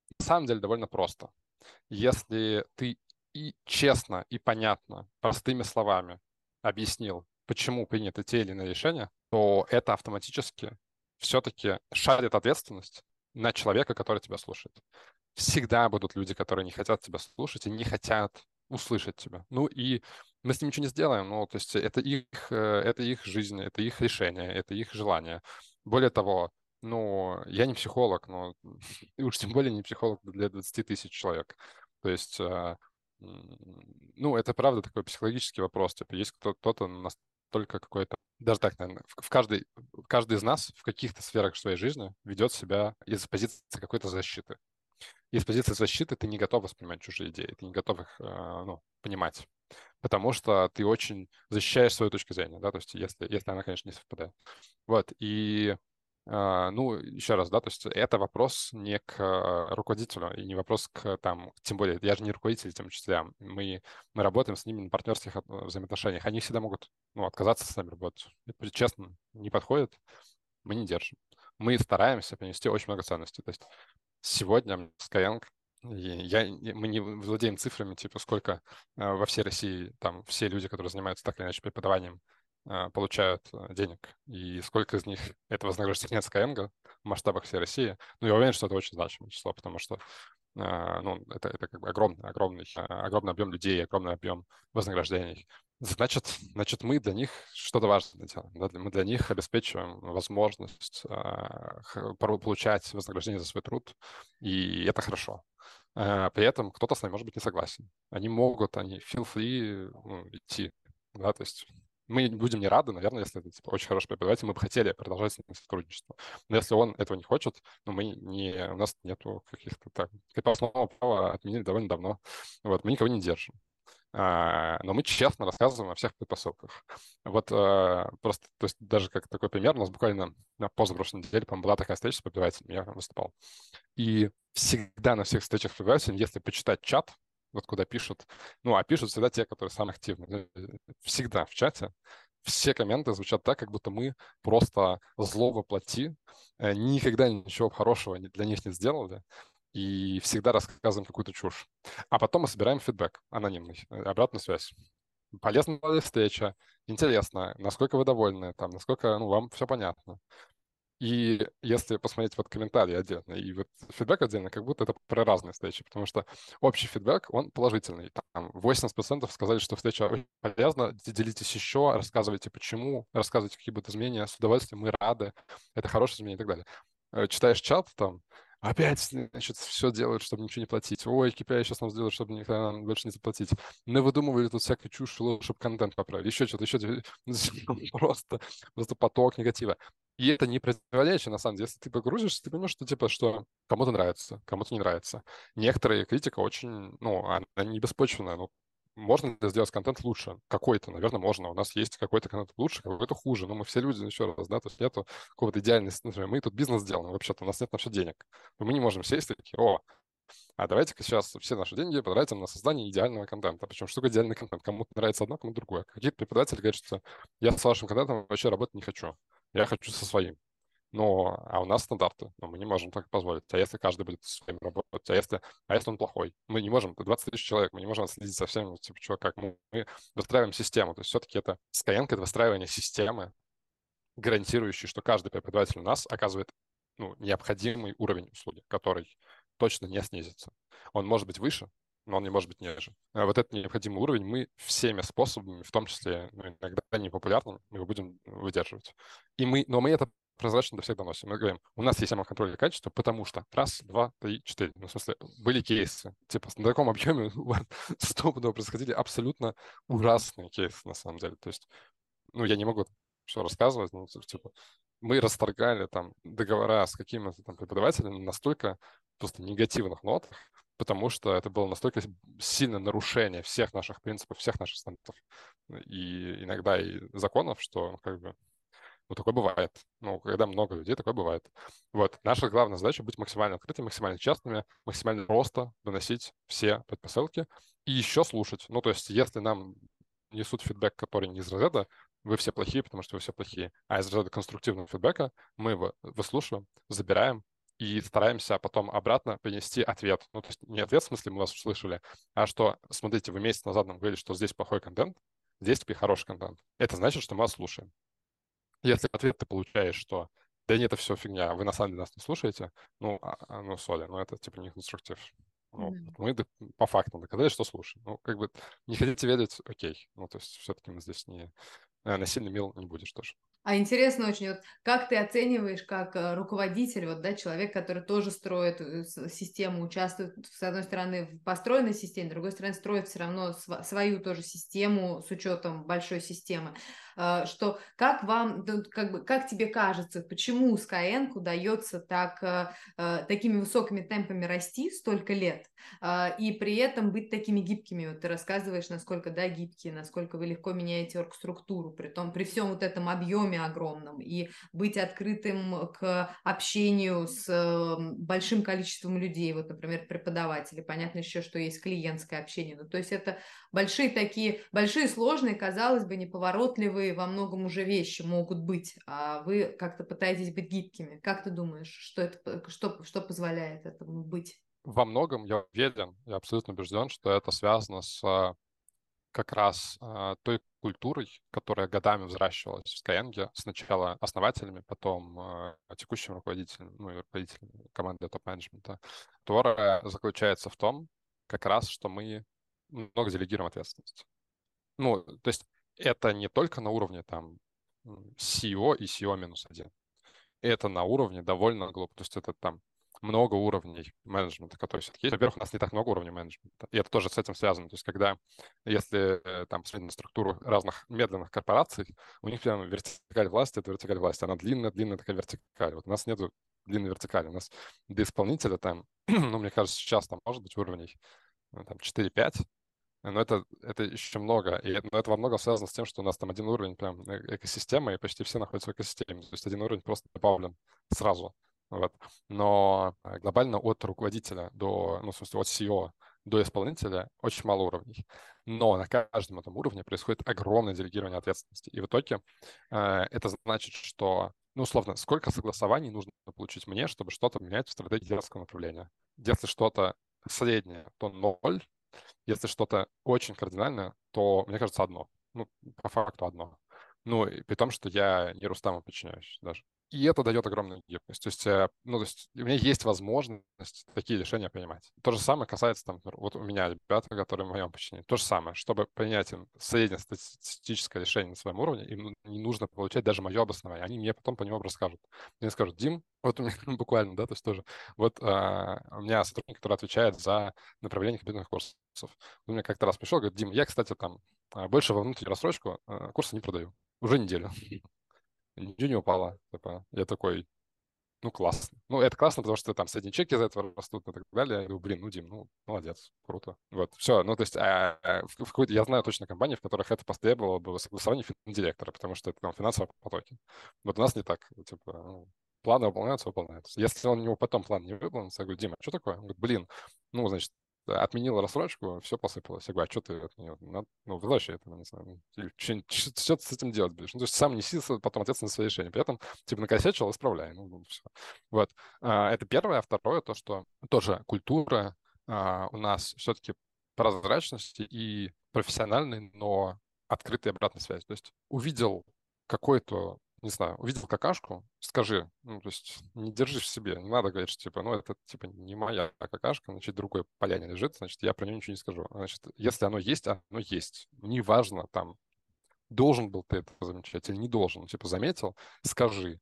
на самом деле довольно просто. Если ты и честно, и понятно, простыми словами объяснил, почему приняты те или иные решения, то это автоматически все-таки шарит ответственность на человека, который тебя слушает. Всегда будут люди, которые не хотят тебя слушать и не хотят услышать тебя. Ну и мы с ним ничего не сделаем. Ну, то есть это их, э, это их жизнь, это их решение, это их желание. Более того, ну, я не психолог, но и уж тем более не психолог для двадцати тысяч человек. То есть, э, ну, это правда такой психологический вопрос. Типа, есть кто-то настолько какой-то... Даже так, наверное, в каждый, каждый из нас в каких-то сферах своей жизни ведет себя из позиции какой-то защиты. И с позиции защиты ты не готов воспринимать чужие идеи, ты не готов их, ну, понимать, потому что ты очень защищаешь свою точку зрения, да, то есть если, если она, конечно, не совпадает. Вот, и, ну, еще раз, да, то есть это вопрос не к руководителю и не вопрос к, там, тем более, я же не руководитель, в том числе, мы, мы работаем с ними на партнерских взаимоотношениях, они всегда могут, ну, отказаться с нами работать. Это будет честно, не подходит, мы не держим. Мы стараемся принести очень много ценностей, то есть сегодня Skyeng, я, мы не владеем цифрами, типа сколько э, во всей России там все люди, которые занимаются так или иначе преподаванием, э, получают э, денег, и сколько из них это вознаграждение от Skyeng в масштабах всей России. Ну, я уверен, что это очень значимое число, потому что э, ну, это, это как бы огромный, огромный, э, огромный объем людей, огромный объем вознаграждений. Значит, значит, мы для них что-то важное делаем. Да? Мы для них обеспечиваем возможность э, получать вознаграждение за свой труд, и это хорошо. Э, при этом кто-то с нами может быть не согласен. Они могут, они feel free, ну, идти. Да? То есть мы будем не рады, наверное, если это типа, очень хороший преподаватель, мы бы хотели продолжать с ним сотрудничество. Но если он этого не хочет, ну, мы не, у нас нету каких-то так... Крепостного права отменили довольно давно. Вот, мы никого не держим. А, но мы честно рассказываем о всех предпосылках. Вот а, просто, то есть даже как такой пример, у нас буквально на позапрошлой неделе, по-моему, была такая встреча с преподавателем, я выступал. И всегда на всех встречах с преподавателем, если почитать чат, вот куда пишут, ну, а пишут всегда те, которые самые активные. Всегда в чате все комменты звучат так, как будто мы просто зло воплоти, никогда ничего хорошего для них не сделали, и всегда рассказываем какую-то чушь. А потом мы собираем фидбэк анонимный, обратную связь. Полезна ли встреча? Интересно, насколько вы довольны, там, насколько ну, вам все понятно. И если посмотреть вот комментарии отдельно и вот фидбэк отдельно, как будто это про разные встречи, потому что общий фидбэк, он положительный. Там восемьдесят процентов сказали, что встреча очень полезна, делитесь еще, рассказывайте почему, рассказывайте, какие будут изменения, с удовольствием, мы рады, это хорошее изменение и так далее. Читаешь чат, там, опять, значит, все делают, чтобы ничего не платить. Ой, кей пи ай сейчас нам сделают, чтобы никогда больше не заплатить. Мы выдумывали тут всякую чушь, чтобы контент поправить. Еще что-то, еще что-то. Просто, просто поток негатива. И это не противоречие, на самом деле. Если ты погрузишься, ты поймешь, что, типа, что кому-то нравится, кому-то не нравится. Некоторые критика очень, ну, она не беспочвенная. Ну, можно ли сделать контент лучше? Какой-то, наверное, можно. У нас есть какой-то контент лучше, какой-то хуже. Но мы все люди, еще раз, да, то есть нету какого-то идеальности. Например, мы тут бизнес делаем, вообще-то у нас нет на все денег. Но мы не можем сесть и такие, о, а давайте-ка сейчас все наши деньги потратим на создание идеального контента. Причем что такое идеальный контент? Кому-то нравится одно, кому-то другое. Какие-то преподаватели говорят, что я с вашим контентом вообще работать не хочу. Я хочу со своим. Но, а у нас стандарты, но мы не можем так позволить. А если каждый будет со своим работать? А если, а если он плохой? Мы не можем, двадцать тысяч человек, мы не можем следить за всем, типа, что, как мы, мы выстраиваем систему. То есть все-таки это Skyeng — это выстраивание системы, гарантирующей, что каждый преподаватель у нас оказывает ну, необходимый уровень услуги, который точно не снизится. Он может быть выше, но он не может быть ниже. А вот этот необходимый уровень мы всеми способами, в том числе ну, иногда непопулярными, мы его будем выдерживать. И мы, но мы это прозрачно до всех доносим. Мы говорим, у нас есть самоконтроль качества, потому что раз, два, три, четыре. Ну, в смысле, были кейсы. Типа, на таком объеме у вас стопудово происходили абсолютно ужасные кейсы, на самом деле. То есть, ну, я не могу все рассказывать, ну, типа, мы расторгали там договора с какими-то там преподавателями настолько просто негативных нотах, потому что это было настолько сильное нарушение всех наших принципов, всех наших стандартов и иногда и законов, что как бы ну, такое бывает. Ну, когда много людей, такое бывает. Вот. Наша главная задача — быть максимально открытыми, максимально честными, максимально просто доносить все предпосылки и еще слушать. Ну, то есть, если нам несут фидбэк, который не из разряда «вы все плохие, потому что вы все плохие», а из разряда конструктивного фидбэка мы его выслушиваем, забираем и стараемся потом обратно принести ответ. Ну, то есть не ответ, в смысле, мы вас услышали, а что, смотрите, вы месяц назад нам говорили, что здесь плохой контент, здесь теперь хороший контент. Это значит, что мы вас слушаем. Если ответ ты получаешь, что да нет, это все фигня, вы на самом деле нас не слушаете, ну, а, а, ну, сори, ну, это типа не конструктив. Ну, Мгм. мы д- по факту доказали, что слушаем. Ну, как бы не хотите верить, окей. Ну, то есть все-таки мы здесь не... э, Насильно мил не будешь тоже. А интересно очень, вот как ты оцениваешь как э, руководитель, вот, да, человек, который тоже строит э, с- систему, участвует, с одной стороны, в построенной системе, с другой стороны, строит все равно св- свою тоже систему с учетом большой системы, Э, что как вам, ну, как бы, как тебе кажется, почему Skyeng удается так, э, э, такими высокими темпами расти столько лет, э, и при этом быть такими гибкими? Вот ты рассказываешь, насколько, да, гибкие, насколько вы легко меняете оргструктуру, при том, при всем вот этом объеме огромном, и быть открытым к общению с э, большим количеством людей, вот, например, преподаватели, понятно еще, что есть клиентское общение, ну, то есть это большие такие, большие, сложные, казалось бы, неповоротливые во многом уже вещи могут быть, а вы как-то пытаетесь быть гибкими. Как ты думаешь, что это, что, что позволяет этому быть? Во многом я уверен, я абсолютно убежден, что это связано с а, как раз а, той культурой, которая годами взращивалась в Skyeng, сначала основателями, потом а, текущим руководителем, ну и руководителем команды топ-менеджмента, которая заключается в том, как раз, что мы много делегируем ответственность. Ну, то есть это не только на уровне там м, си и о и си и о минус один. Это на уровне довольно глубоко. То есть это там много уровней менеджмента, которые все-таки есть. Во-первых, у нас не так много уровней менеджмента. И это тоже с этим связано. То есть когда, если э, там посмотреть на структуру разных медленных корпораций, у них прям вертикаль власти — это вертикаль власти. Она длинная-длинная такая вертикаль. Вот у нас нету длинной вертикали. У нас до исполнителя там, ну, мне кажется, сейчас там может быть уровней ну, там четыре-пять, но это, это еще много. И это, но это во многом связано с тем, что у нас там один уровень прям э- экосистемы, и почти все находятся в экосистеме. То есть один уровень просто добавлен сразу. Вот. Но э, глобально от руководителя до, ну, в смысле, от си и о до исполнителя очень мало уровней. Но на каждом этом уровне происходит огромное делегирование ответственности. И в итоге э, это значит, что, ну, условно, сколько согласований нужно получить мне, чтобы что-то менять в стратегии детского направления. Если что-то среднее, то ноль. Если что-то очень кардинальное, то, мне кажется, одно. Ну, по факту одно. Ну, и при том, что я не Рустаму подчиняюсь даже. И это дает огромную гибкость. То есть, э, ну, то есть у меня есть возможность такие решения принимать. То же самое касается, там, например, вот у меня ребята, которые в моем подчинении. То же самое. Чтобы принять им среднестатистическое решение на своем уровне, им ну, не нужно получать даже мое обоснование. Они мне потом по нему расскажут. Мне скажут: Дим, вот у меня буквально, да, то есть тоже, вот а, у меня сотрудник, который отвечает за направление компьютерных курсов. Он мне как-то раз пришел, говорит: Дим, я, кстати, там а, больше во внутреннюю рассрочку а, курсы не продаю. Уже неделю. Ничего не упало. Типа, я такой, ну, классно. Ну, это классно, потому что там средние чеки из-за этого растут и так далее. Я говорю: блин, ну, Дим, ну, молодец, круто. Вот, все. Ну, то есть а, а, в, в какой-то, я знаю точно компании, в которых это потребовало бы согласование финдиректора, потому что это там финансовые потоки. Вот у нас не так. Типа, ну, планы выполняются, выполняются. Если он у него потом план не выполнится, я говорю: Дима, что такое? Он говорит: блин, ну, значит, отменил рассрочку, все посыпалось. Я говорю: а что ты отменил? Надо, ну, возвращай это, не знаю. ну, Или что, что ты с этим делать будешь? Ну, то есть сам неси потом ответственность за свои решения. При этом, типа, накосячил, исправляй. Ну, ну, все. Вот. А, Это первое. А второе, то, что тоже культура а, у нас все-таки прозрачности и профессиональной, но открытой обратной связи. То есть увидел какой-то, не знаю, увидел какашку, скажи, ну, то есть не держишь в себе, не надо говорить, что, типа, ну, это, типа, не моя какашка, значит, другой поляне лежит, значит, я про нее ничего не скажу. Значит, если оно есть, оно есть. Неважно, там, должен был ты это замечать или не должен, типа, заметил, скажи.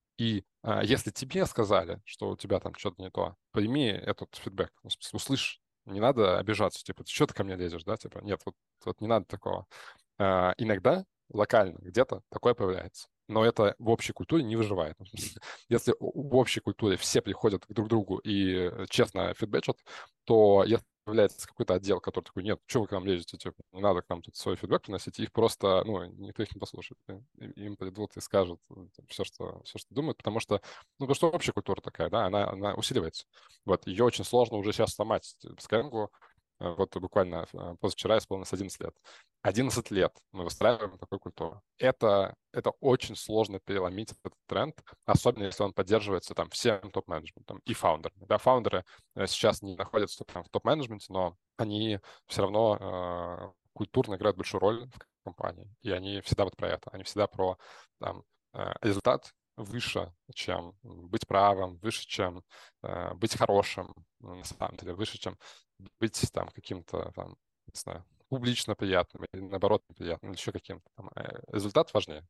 И а, если тебе сказали, что у тебя там что-то не то, прими этот фидбэк, ну, в смысле, услышь. Не надо обижаться, типа, ты что ты ко мне лезешь, да, типа, нет, вот, вот не надо такого. А, иногда локально где-то такое появляется, но это в общей культуре не выживает. Ну, в смысле, если в общей культуре все приходят друг к другу и честно фидбэчат, то если появляется какой-то отдел, который такой: нет, что вы к нам лезете, типа, не надо к нам тут свой фидбэк приносить, их просто, ну, никто их не послушает. Им придут и скажут все, что, все, что думают, потому что, ну, потому что общая культура такая, да, она, она усиливается. Вот, ее очень сложно уже сейчас сломать. Skyeng Вот буквально позавчера исполнилось одиннадцать лет. одиннадцать лет мы выстраиваем такую культуру. Это, это очень сложно переломить этот тренд, особенно если он поддерживается там всем топ-менеджментом и фаундерами. Да, фаундеры сейчас не находятся там в топ-менеджменте, но они все равно э, культурно играют большую роль в компании. И они всегда вот про это. Они всегда про там, э, результат выше, чем быть правым, выше, чем э, быть хорошим, на самом деле, выше, чем быть там каким-то, там, не знаю, публично приятным или наоборот неприятным, или еще каким-то. Там. Результат важнее.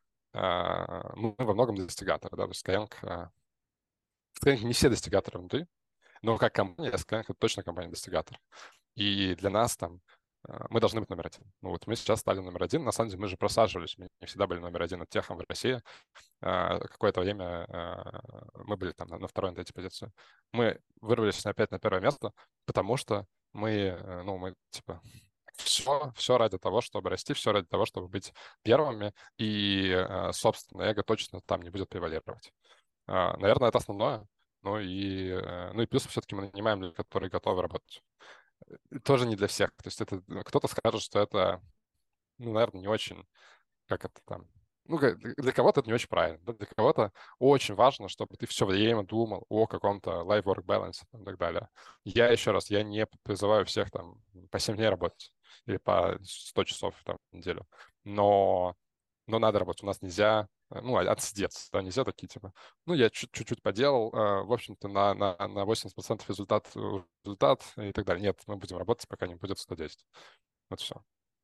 А, Мы во многом достигаторы, да, то есть Skyeng, а, Skyeng не все достигаторы внутри, но как компания, Skyeng — это точно компания-достигатор. И для нас там а, мы должны быть номер один. Ну вот мы сейчас стали номер один. На самом деле мы же просаживались. Мы не всегда были номер один над техом в России. А, Какое-то время а, мы были там на на второй, на третьей позиции. Мы вырвались опять на первое место, потому что мы, э, ну, мы типа все, все ради того, чтобы расти, все ради того, чтобы быть первыми, и, э, собственно, эго точно там не будет превалировать. А, Наверное, это основное. Ну и, э, ну и плюс все-таки мы нанимаем людей, которые готовы работать. Э, Тоже не для всех. То есть это ну, кто-то скажет, что это, ну, наверное, не очень, как это там, ну, ка- для кого-то это не очень правильно. Да? Для кого-то очень важно, чтобы ты все время думал о каком-то life-work balance и так далее. Я еще раз, я не призываю всех там по семь дней работать или по сто часов там, в неделю. Но, но надо работать. У нас нельзя, э, ну, а- отсидеться, да, нельзя такие, типа, ну, я чуть- чуть-чуть поделал, э, в общем-то, на, на, на восемьдесят процентов результат, э, результат и так далее. Нет, мы будем работать, пока не будет сто десять. Вот все.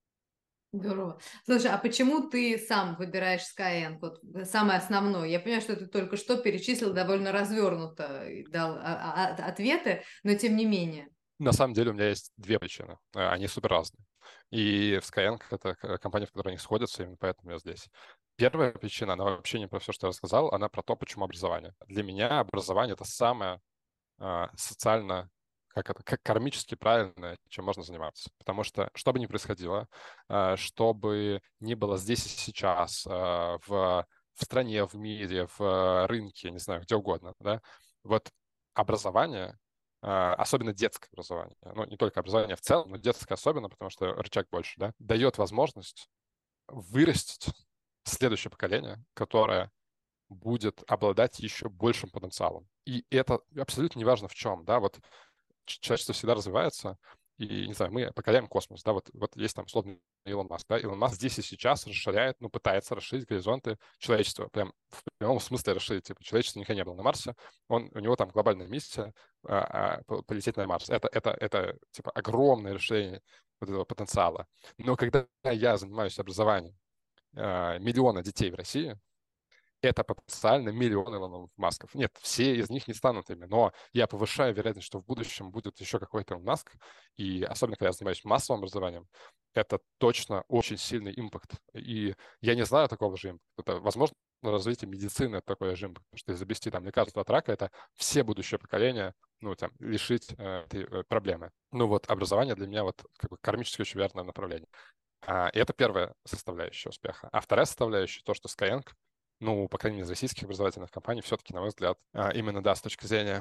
Здорово. Слушай, а почему ты сам выбираешь Skyeng? Вот самое основное. Я понимаю, что ты только что перечислил довольно развернуто и дал а- а- а- ответы, но тем не менее. На самом деле у меня есть две причины. Э, Они супер разные. И в Skyeng — это к- компания, в которой они сходятся, именно поэтому я здесь. Первая причина, она вообще не про все, что я рассказал, она про то, почему образование. Для меня образование — это самое а, социально, как это, как кармически правильное, чем можно заниматься. Потому что, что бы ни происходило, а, что бы ни было здесь и сейчас, а, в, в стране, в мире, в а, рынке, не знаю, где угодно, да, вот образование, а, особенно детское образование, ну, не только образование в целом, но детское особенно, потому что рычаг больше, да, дает возможность вырастить следующее поколение, которое будет обладать еще большим потенциалом. И это абсолютно неважно в чем, да, вот ч- человечество всегда развивается, и, не знаю, мы покоряем космос, да, вот, вот есть там условно Илон Маск, да, Илон Маск здесь и сейчас расширяет, ну, пытается расширить горизонты человечества, прям в прямом смысле расширить, типа, человечество никогда не было на Марсе, он, у него там глобальная миссия а, а, по- полететь на Марс. Это, это, это, типа, огромное расширение вот этого потенциала. Но когда я занимаюсь образованием а, миллиона детей в России, это потенциально миллионы Илонов Масков. Нет, все из них не станут ими, но я повышаю вероятность, что в будущем будет еще какой-то Илон Маск, и особенно, когда я занимаюсь массовым образованием, это точно очень сильный импакт. И я не знаю такого же импакта. Это, возможно, развитие медицины — это такой же импакт, потому что изобрести там лекарство от рака — это все будущее поколения, ну, там, решить э, этой э, проблемы. Ну, вот образование для меня вот как бы кармически очень верное направление. А, и это первая составляющая успеха. А вторая составляющая — то, что Skyeng, ну, по крайней мере, из российских образовательных компаний, все-таки, на мой взгляд, а, именно, да, с точки зрения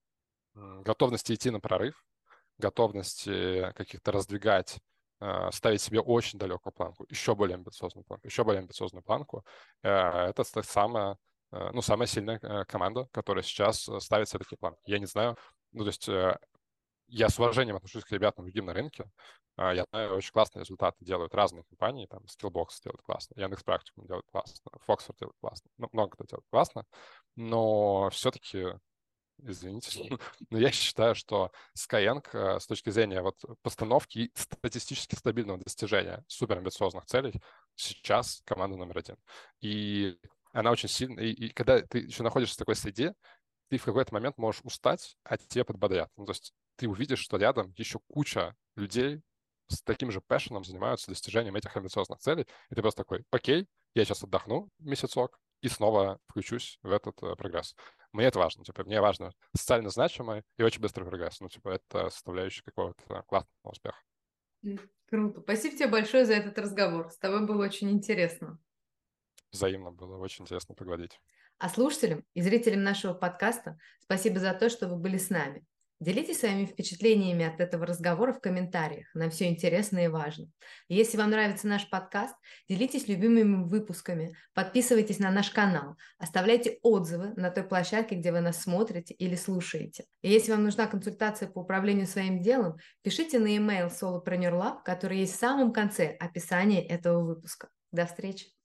м, готовности идти на прорыв, готовности каких-то раздвигать, а, ставить себе очень далекую планку, еще более амбициозную планку, еще более амбициозную планку, э, это ста- самая, э, ну, самая сильная э, команда, которая сейчас э, ставит себе такие планки. Я не знаю, ну, то есть э, я с уважением отношусь к ребятам другим на рынке. А, Я знаю, очень классные результаты делают разные компании. Там Skillbox делает классно, Яндекс.Практикум делает классно, Foxer делает классно. Ну, много кто делает классно. Но все-таки, извините, но я считаю, что Skyeng э, с точки зрения вот постановки и статистически стабильного достижения суперамбициозных целей сейчас команда номер один. И она очень сильная. И, и когда ты еще находишься в такой среде, ты в какой-то момент можешь устать, а тебе подбодрят. Ну, то есть ты увидишь, что рядом еще куча людей с таким же пэшеном занимаются достижением этих амбициозных целей, и ты просто такой: окей, я сейчас отдохну месяцок и снова включусь в этот э, прогресс. Мне это важно. Типа, мне важно социально значимый и очень быстрый прогресс. Ну, типа, это составляющая какого-то классного успеха. М, Круто. Спасибо тебе большое за этот разговор. С тобой было очень интересно. Взаимно было очень интересно поговорить. А слушателям и зрителям нашего подкаста спасибо за то, что вы были с нами. Делитесь своими впечатлениями от этого разговора в комментариях. Нам все интересно и важно. И если вам нравится наш подкаст, делитесь любимыми выпусками, подписывайтесь на наш канал, оставляйте отзывы на той площадке, где вы нас смотрите или слушаете. И если вам нужна консультация по управлению своим делом, пишите на e-mail Solopreneur Lab, который есть в самом конце описания этого выпуска. До встречи!